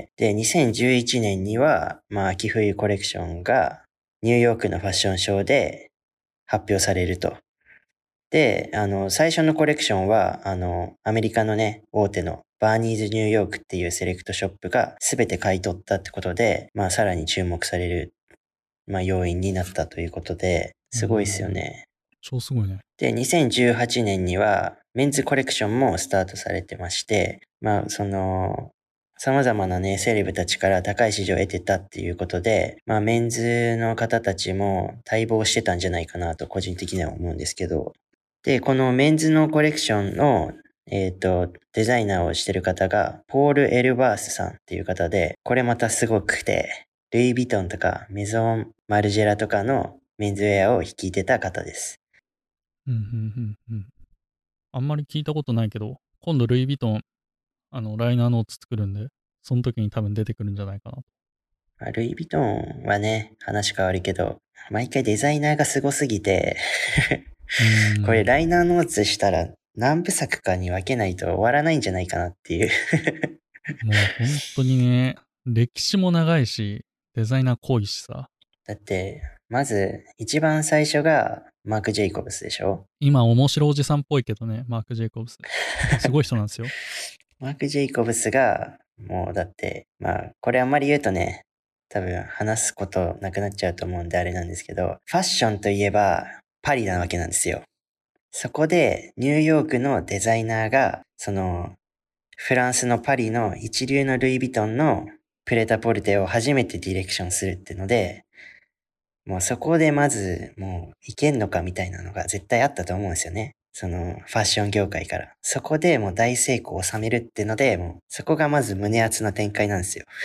で、にせんじゅういちねんには、まあ、秋冬コレクションがニューヨークのファッションショーで発表されると。で、あの、最初のコレクションは、あの、アメリカのね、大手のバーニーズニューヨークっていうセレクトショップが全て買い取ったってことで、まあ、さらに注目されるまあ、要因になったということで、 うすごいですよん、 ね。 超すごいね。 で、にせんじゅうはちねんにはメンズコレクションもスタートされてまして、まあ、その、様々なね、セレブたちから高い支持を得てたっていうことで、まあ、メンズの方たちも待望してたんじゃないかなと個人的には思うんですけど、で、このメンズのコレクションの、えっと、デザイナーをしてる方が、ポール・エルバースさんっていう方で、これまたすごくて、ルイ・ヴィトンとかメゾン・マルジェラとかのメンズウェアを率いてた方です。 うん、うん、うん、うん。あんまり聞いたことないけど、今度ルイ・ヴィトン、あの、ライナーノーツ作るんで、その時に多分出てくるんじゃないかなと。 まあルイ・ヴィトンはね、話変わるけど、毎回デザイナーがすごすぎてうーん。 これライナーノーツしたら何部作かに分けないと終わらないんじゃないかなっていうもう本当にね、歴史も長いし、デザイナー濃いしさ。 だって、まず、一番最初がマーク・ジェイコブスでしょ。 今面白おじさんっぽいけどね、マーク・ジェイコブス。すごい人なんですよ。 マーク・ジェイコブスが、もうだって、まあ、これあんまり言うとね、 多分話すことなくなっちゃうと思うんであれなんですけど、ファッションといえばパリなわけなんですよ。そこでニューヨークのデザイナーが、そのフランスのパリの一流のルイ・ヴィトンのプレタポルテを初めてディレクションするってので、もうそこでまずもういけんのかみたいなのが絶対あったと思うんですよね。そのファッション業界から。そこでもう大成功を収めるってので、もうそこがまず胸熱な展開なんですよ。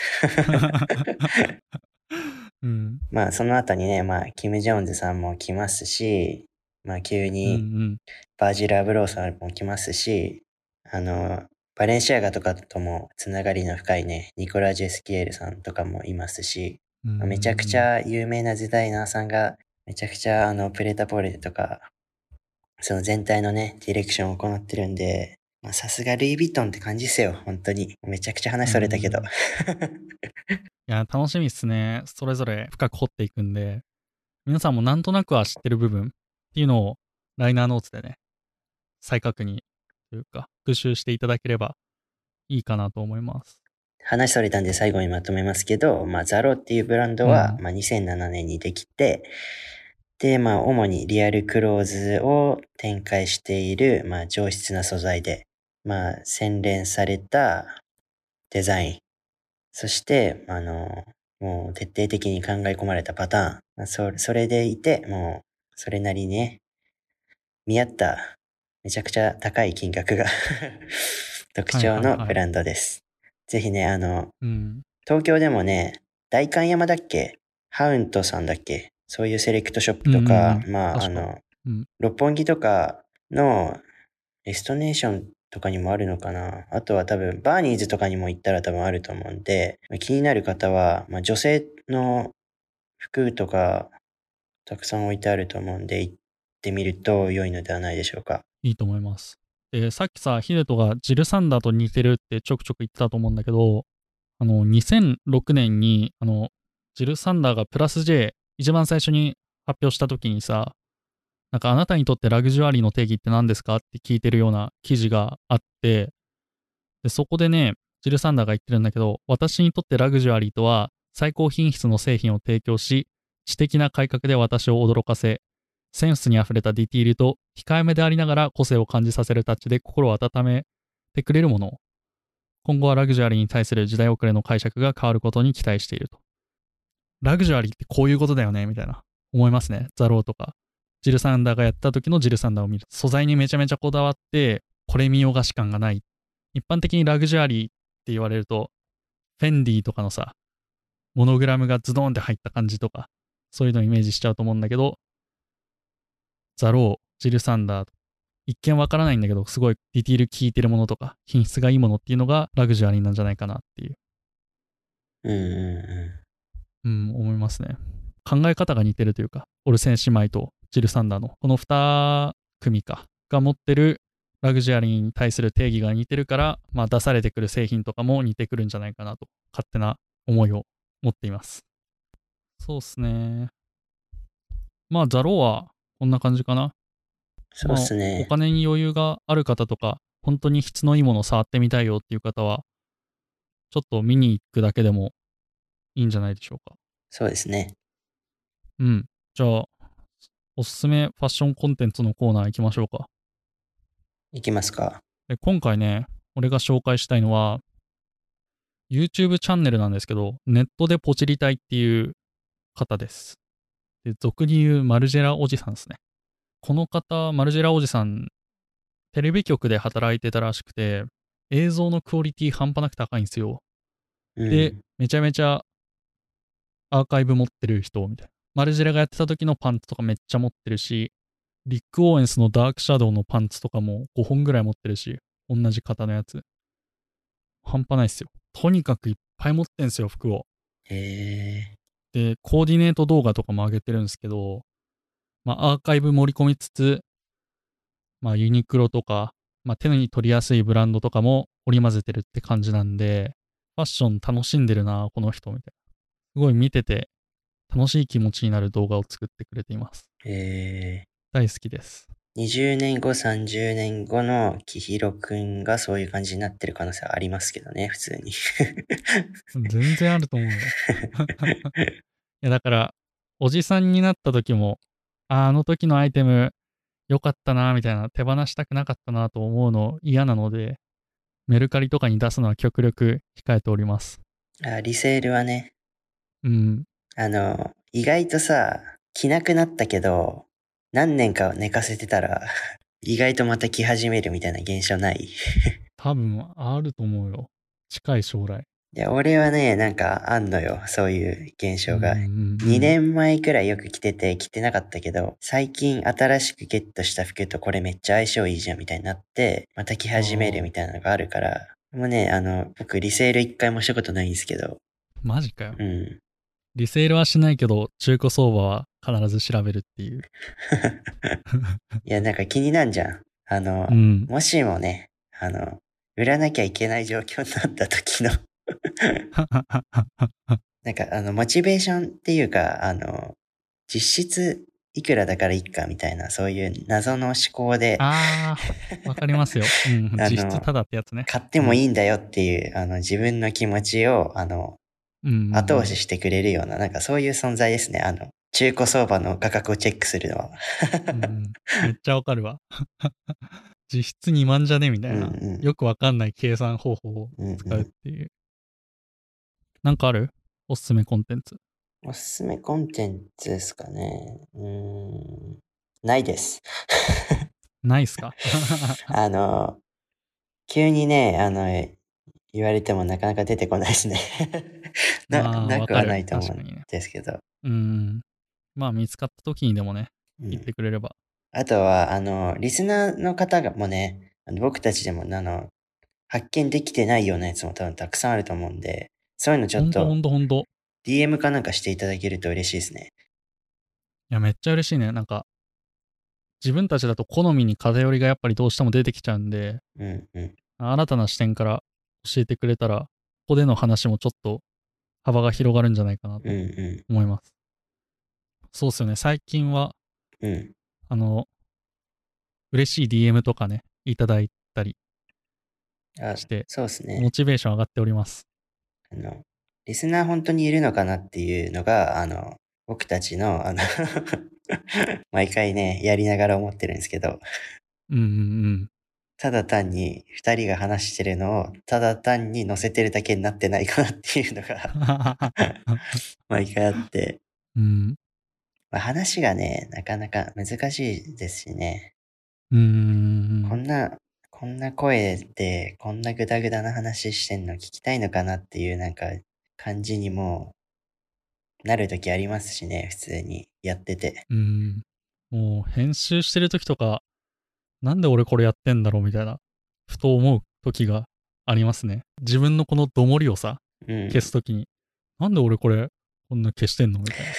うん。 まあその後にね、まあキム・ジョーンズさんも来ますし、まあ急うんうにん。 バージル・アブローさんも来ますし、あの、バレンシアガとかともつながりの深いね、ニコラ・ジェスキエールさんとかもいますし、 うんうんうん、 めちゃくちゃ有名なデザイナーさんが、めちゃくちゃあの、プレタポルテとか、その全体のね、ディレクションを行ってるんで、まあさすがルイ・ヴィトンって感じですよ、本当に。めちゃくちゃ話それたけど。 いや、楽しみっすね。それぞれ深く掘っていくんで、皆さんもなんとなくは知ってる部分っていうのをライナーノーツでね、再確認というか、復習していただければいいかなと思います。 話それたんで最後にまとめますけど、まあ、ザロっていうブランドは、 うん、 まあ、にせんななねんにできて、で、まあ、主にリアルクローズを展開している、まあ、上質な素材で、まあ、洗練されたデザイン、そして、あの、もう徹底的に考え込まれたパターン、まあ、そそれでいて、もう、それなりにね、見合った、めちゃくちゃ高い金額が特はい徴はいはい。 のブランドです。ぜひね、あの、 うん。 東京でもね、代官山だっけハウントさんだっけそういうセレクトショップうんうんうとか、 ん。 まあ、あ確か。 の、 うん。 六本木とかのエストネーションとかにもあるのかなあとは多分、バーニーズとかにも行ったら多分あると思うんで、気になる方は、まあ、女性の服とかたくさん置いてあると思うんで、行ってみると良いのではないでしょうか。 いいと思います。で、さっきさ、ヒデトがジル・サンダーと似てるってちょくちょく言ってたと思うんだけど、あの、にせんろくねんに、あの、ジル・サンダーがプラス J、一番最初に発表した時にさ、なんかあなたにとってラグジュアリーの定義って何ですかって聞いてるような記事があって、で、そこでね、ジル・サンダーが言ってるんだけど、私にとってラグジュアリーとは、最高品質の製品を提供し、知的な改革で私を驚かせ、センスにあふれたディティールと、控えめでありながら個性を感じさせるタッチで心を温めてくれるもの。今後はラグジュアリーに対する時代遅れの解釈が変わることに期待していると。ラグジュアリーってこういうことだよねみたいな。思いますね。ザローとか。ジルサンダーがやった時のジルサンダーを見る。素材にめちゃめちゃこだわって、これ見よがし感がない。一般的にラグジュアリーって言われると、フェンディとかのさ、モノグラムがズドンって入った感じとか、そういうのをイメージしちゃうと思うんだけど、ザロー、ジルサンダー、一見わからないんだけど、すごいディティール効いてるものとか、品質がいいものっていうのがラグジュアリーなんじゃないかなっていう、 うんううん、思いますね。考え方が似てるというか、オルセン姉妹とジルサンダーのこのに組かが持ってるラグジュアリーに対する定義が似てるから、まあ、出されてくる製品とかも似てくるんじゃないかなと、勝手な思いを持っています。そうっすね。まあ、ザローはこんな感じかな。 そうっまあ、 すね。 お金に余裕がある方とか、本当に質のいいものを触ってみたいよっていう方は、ちょっと見に行くだけでもいいんじゃないでしょうか。 そうですね。 うん。じゃあ、おすすめファッションコンテンツのコーナー行きましょうか。 いきますか。 で、今回ね、俺が紹介したいのは、YouTube チャンネルなんですけど、ネットでポチりたいっていう方です。で、俗に言うマルジェラおじさんですね。この方、マルジェラおじさん、テレビ局で働いてたらしくて、映像のクオリティ半端なく高いんですよ。で、 うん。 めちゃめちゃアーカイブ持ってる人みたいな。マルジェラがやってた時のパンツとかめっちゃ持ってるし、リック・オーエンスのダークシャドウのパンツとかもごほんぐらい持ってるし、同じ型のやつ。半端ないっすよ。とにかくいっぱい持ってんすよ、服を。 へえ。 で、コーディネート動画とかも上げてるんですけど、まあ、アーカイブ盛り込みつつ、まあ、ユニクロとか、まあ、手に取りやすいブランドとかも織り交ぜてるって感じなんで、ファッション楽しんでるな、この人みたいな。すごい見てて楽しい気持ちになる動画を作ってくれています。 へえ。 大好きです。 にじゅうねんご、さんじゅうねんごのきひろくんがそういう感じになってる可能性はありますけどね、普通に。 全然あると思うよ。いや、だから、おじさんになった時も、あ、あの時のアイテム良かったな、みたいな、手放したくなかったなと思うの嫌なので、メルカリとかに出すのは極力控えております。 あ、リセールはね、 うん。 あの、意外とさ、着なくなったけど、何年か寝かせてたら、意外とまた着始めるみたいな現象ない？ 多分あると思うよ。近い将来。 いや、俺はね、なんかあんのよ、そういう現象が。 うんうんうんにねんまえくらいよく着てて着てなかったけど、最近新しくゲットした服とこれめっちゃ相性いいじゃんみたいになって、また着始めるみたいなのがあるから、もうね、あの、僕リセール一回もしたことないんですけど、 マジかよ。 うん。 リセールはしないけど、中古相場は必ず調べるっていう。 いや、なんか気になんじゃん。あの、 うん。 もしもね、あの、売らなきゃいけない状況になった時のなんかあの、モチベーションっていうか、あの、実質いくらだからいいかみたいな、そういう謎の思考であー、わかりますよ。うん。 あ実質の、 ただってやつね。 買ってもいいんだよっていう、あの、自分の気持ちを、あの、 うんうんうん、 後押ししてくれるような、なんかそういう存在ですね。あの、中古相場の価格をチェックするのは。 うんうん。めっちゃわかるわ。実質にまんじゃねみたいな。 うんうん。 よくわかんない計算方法を使うっうんうん。 ていう。なんかあるおすすめコンテンツ。 おすすめコンテンツですかね。うーん。ないです。 ないっすか？ あの、急にね、あの、言われてもなかなか出てこないですね。な、 まあ、 なくはなわかる。 いと思うん確かにね。 ですけど。 うん。まあ、見つかった時にでもね、言っうん。 てくれれば。 あとは、あの、リスナーの方がもね、あの僕たちでも、あの、発見できてないようなやつも多分たくさんあると思うんで、そういうのちょほんとほっとんとほんと。 ディーエム かなんかしていただけると嬉しいですね。 いや、めっちゃ嬉しいね。なんか、自分たちだと好みに偏りがやっぱりどうしても出てきちゃうんで、 うんうん。 新たな視点から教えてくれたら、ここでの話もちょっと幅が広がるんじゃないかなうんとう思います。そうっすよね。最近は、 ん。うん。 あの、嬉しい ディーエム とかね、いただいたりあ、 して、 そうですね。 モチベーション上がっております。 あの、リスナー本当にいるのかなっていうのが、あの、僕たちの、あの毎回ね、やりながら思ってるんですけど、 うんうんうん。 ただ単に二人が話してるのを、ただ単に載せてるだけになってないかなっていうのが毎回あって、 うん。 まあ、話がね、なかなか難しいですしね。 うん。 こんな、こんな声で、こんなグダグダな話してんの聞きたいのかなっていうなんか感じにもなるときありますしね、普通にやってて。 うん。もう編集してる時とか、なんで俺これやってんだろうみたいな、ふと思う時がありますね。自分のこのどもりをさ、 うん。 消す時に、なんで俺これこんな消してんのみたいな。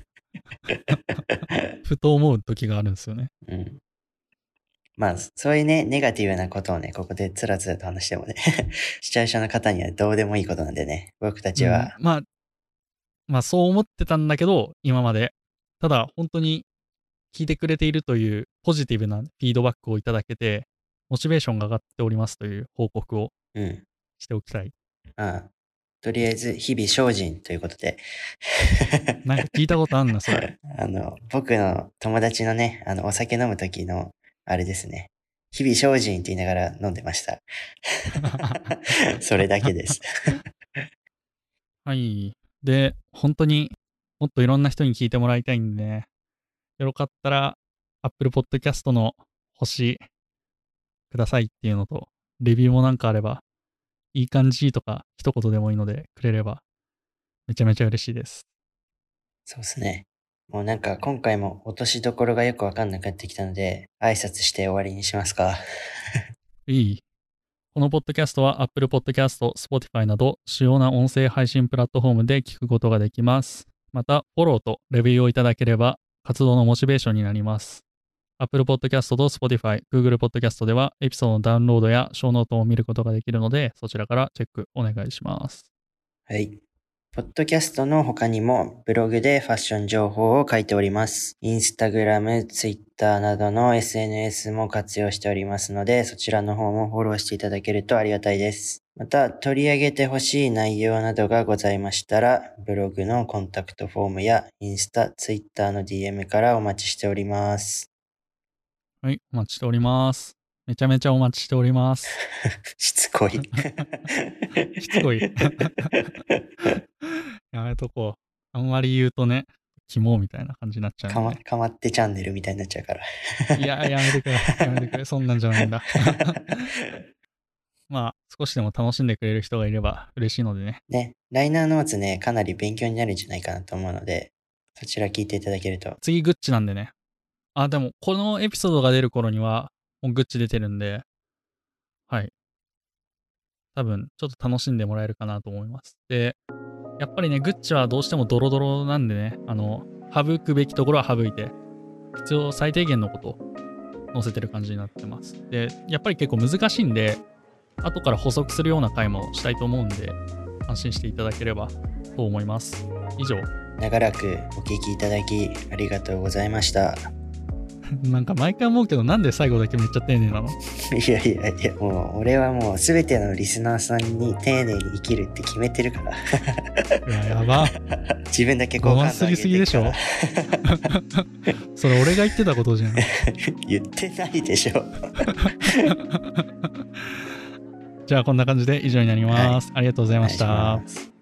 ふと思う時があるんですよね。 うん。まあ、そういうね、ネガティブなことをね、ここでつらつらと話してもね、視聴者の方にはどうでもいいことなんでね、僕たうん。 ちは、 まあ、まあそう思ってたんだけど、今まで。ただ、本当に聞いてくれているというポジティブなフィードバックをいただけて、モチベーションが上がっておりますという報告をうん。 しておきたい。 ああ、とりあえず、日々精進ということで。 なんか聞いたことあんな、それ。 あの、僕の友達のね、あの、お酒飲む時の、あれですね。日々精進って言いながら飲んでました。それだけです。 はい。で、本当にもっといろんな人に聞いてもらいたいんでね、よかったら Apple Podcast の星くださいっていうのと、レビューもなんかあれば、いい感じとか一言でもいいのでくれれば、めちゃめちゃ嬉しいです。 そうですね。もうなんか今回も落としどころがよくわかんなくなってきたので、挨拶して終わりにしますか。 いい。このポッドキャストは Apple Podcast、Spotify など主要な音声配信プラットフォームで聞くことができます。また、フォローとレビューをいただければ活動のモチベーションになります。Apple Podcast と Spotify、Google Podcast ではエピソードのダウンロードやショーノートを見ることができるので、そちらからチェックお願いします。 はい。 ポッドキャストの他にもブログでファッション情報を書いております。インスタグラム、ツイッターなどの エスエヌエス も活用しておりますので、そちらの方もフォローしていただけるとありがたいです。また、取り上げてほしい内容などがございましたら、ブログのコンタクトフォームやインスタ、ツイッターの ディーエム からお待ちしております。 はい、お待ちしております。めちゃめちゃお待ちしております。 しつこい。 しつこい。やめとこう。あんまり言うとね、肝みたいな感じになっちゃうんかま、 でね。 かまってチャンネルみたいになっちゃうから。 いや、やめてくれ。やめてくれ。そんなんじゃないんだ。まあ、少しでも楽しんでくれる人がいれば嬉しいのでね。 ね、ライナーノーツね、かなり勉強になるんじゃないかなと思うので、そちら聞いていただけると。 次、グッチなんでね。あ、でも、このエピソードが出る頃には、もうグッチ出てるんで、はい。多分、ちょっと楽しんでもらえるかなと思います。で、やっぱりね、グッチはどうしてもドロドロなんでね、あの、省くべきところは省いて、必要最低限のことを載せてる感じになってます。で、やっぱり結構難しいんで、後から補足するような回もしたいと思うんで、安心していただければと思います。以上。 長らくお聞きいただきありがとうございました。 なんか毎回思うけど、なんで最後だけめっちゃ丁寧なの？ いやいやいや、もう俺はもう全てのリスナーさんに丁寧に生きるって決めてるから。 いや、やば。 自分だけ好ご感ますりすぎでしょ。それ俺が言ってたことじゃん。 言ってないでしょ。 じゃあこんな感じで以上になります。 はい、 ありがとうございました。 お願いします。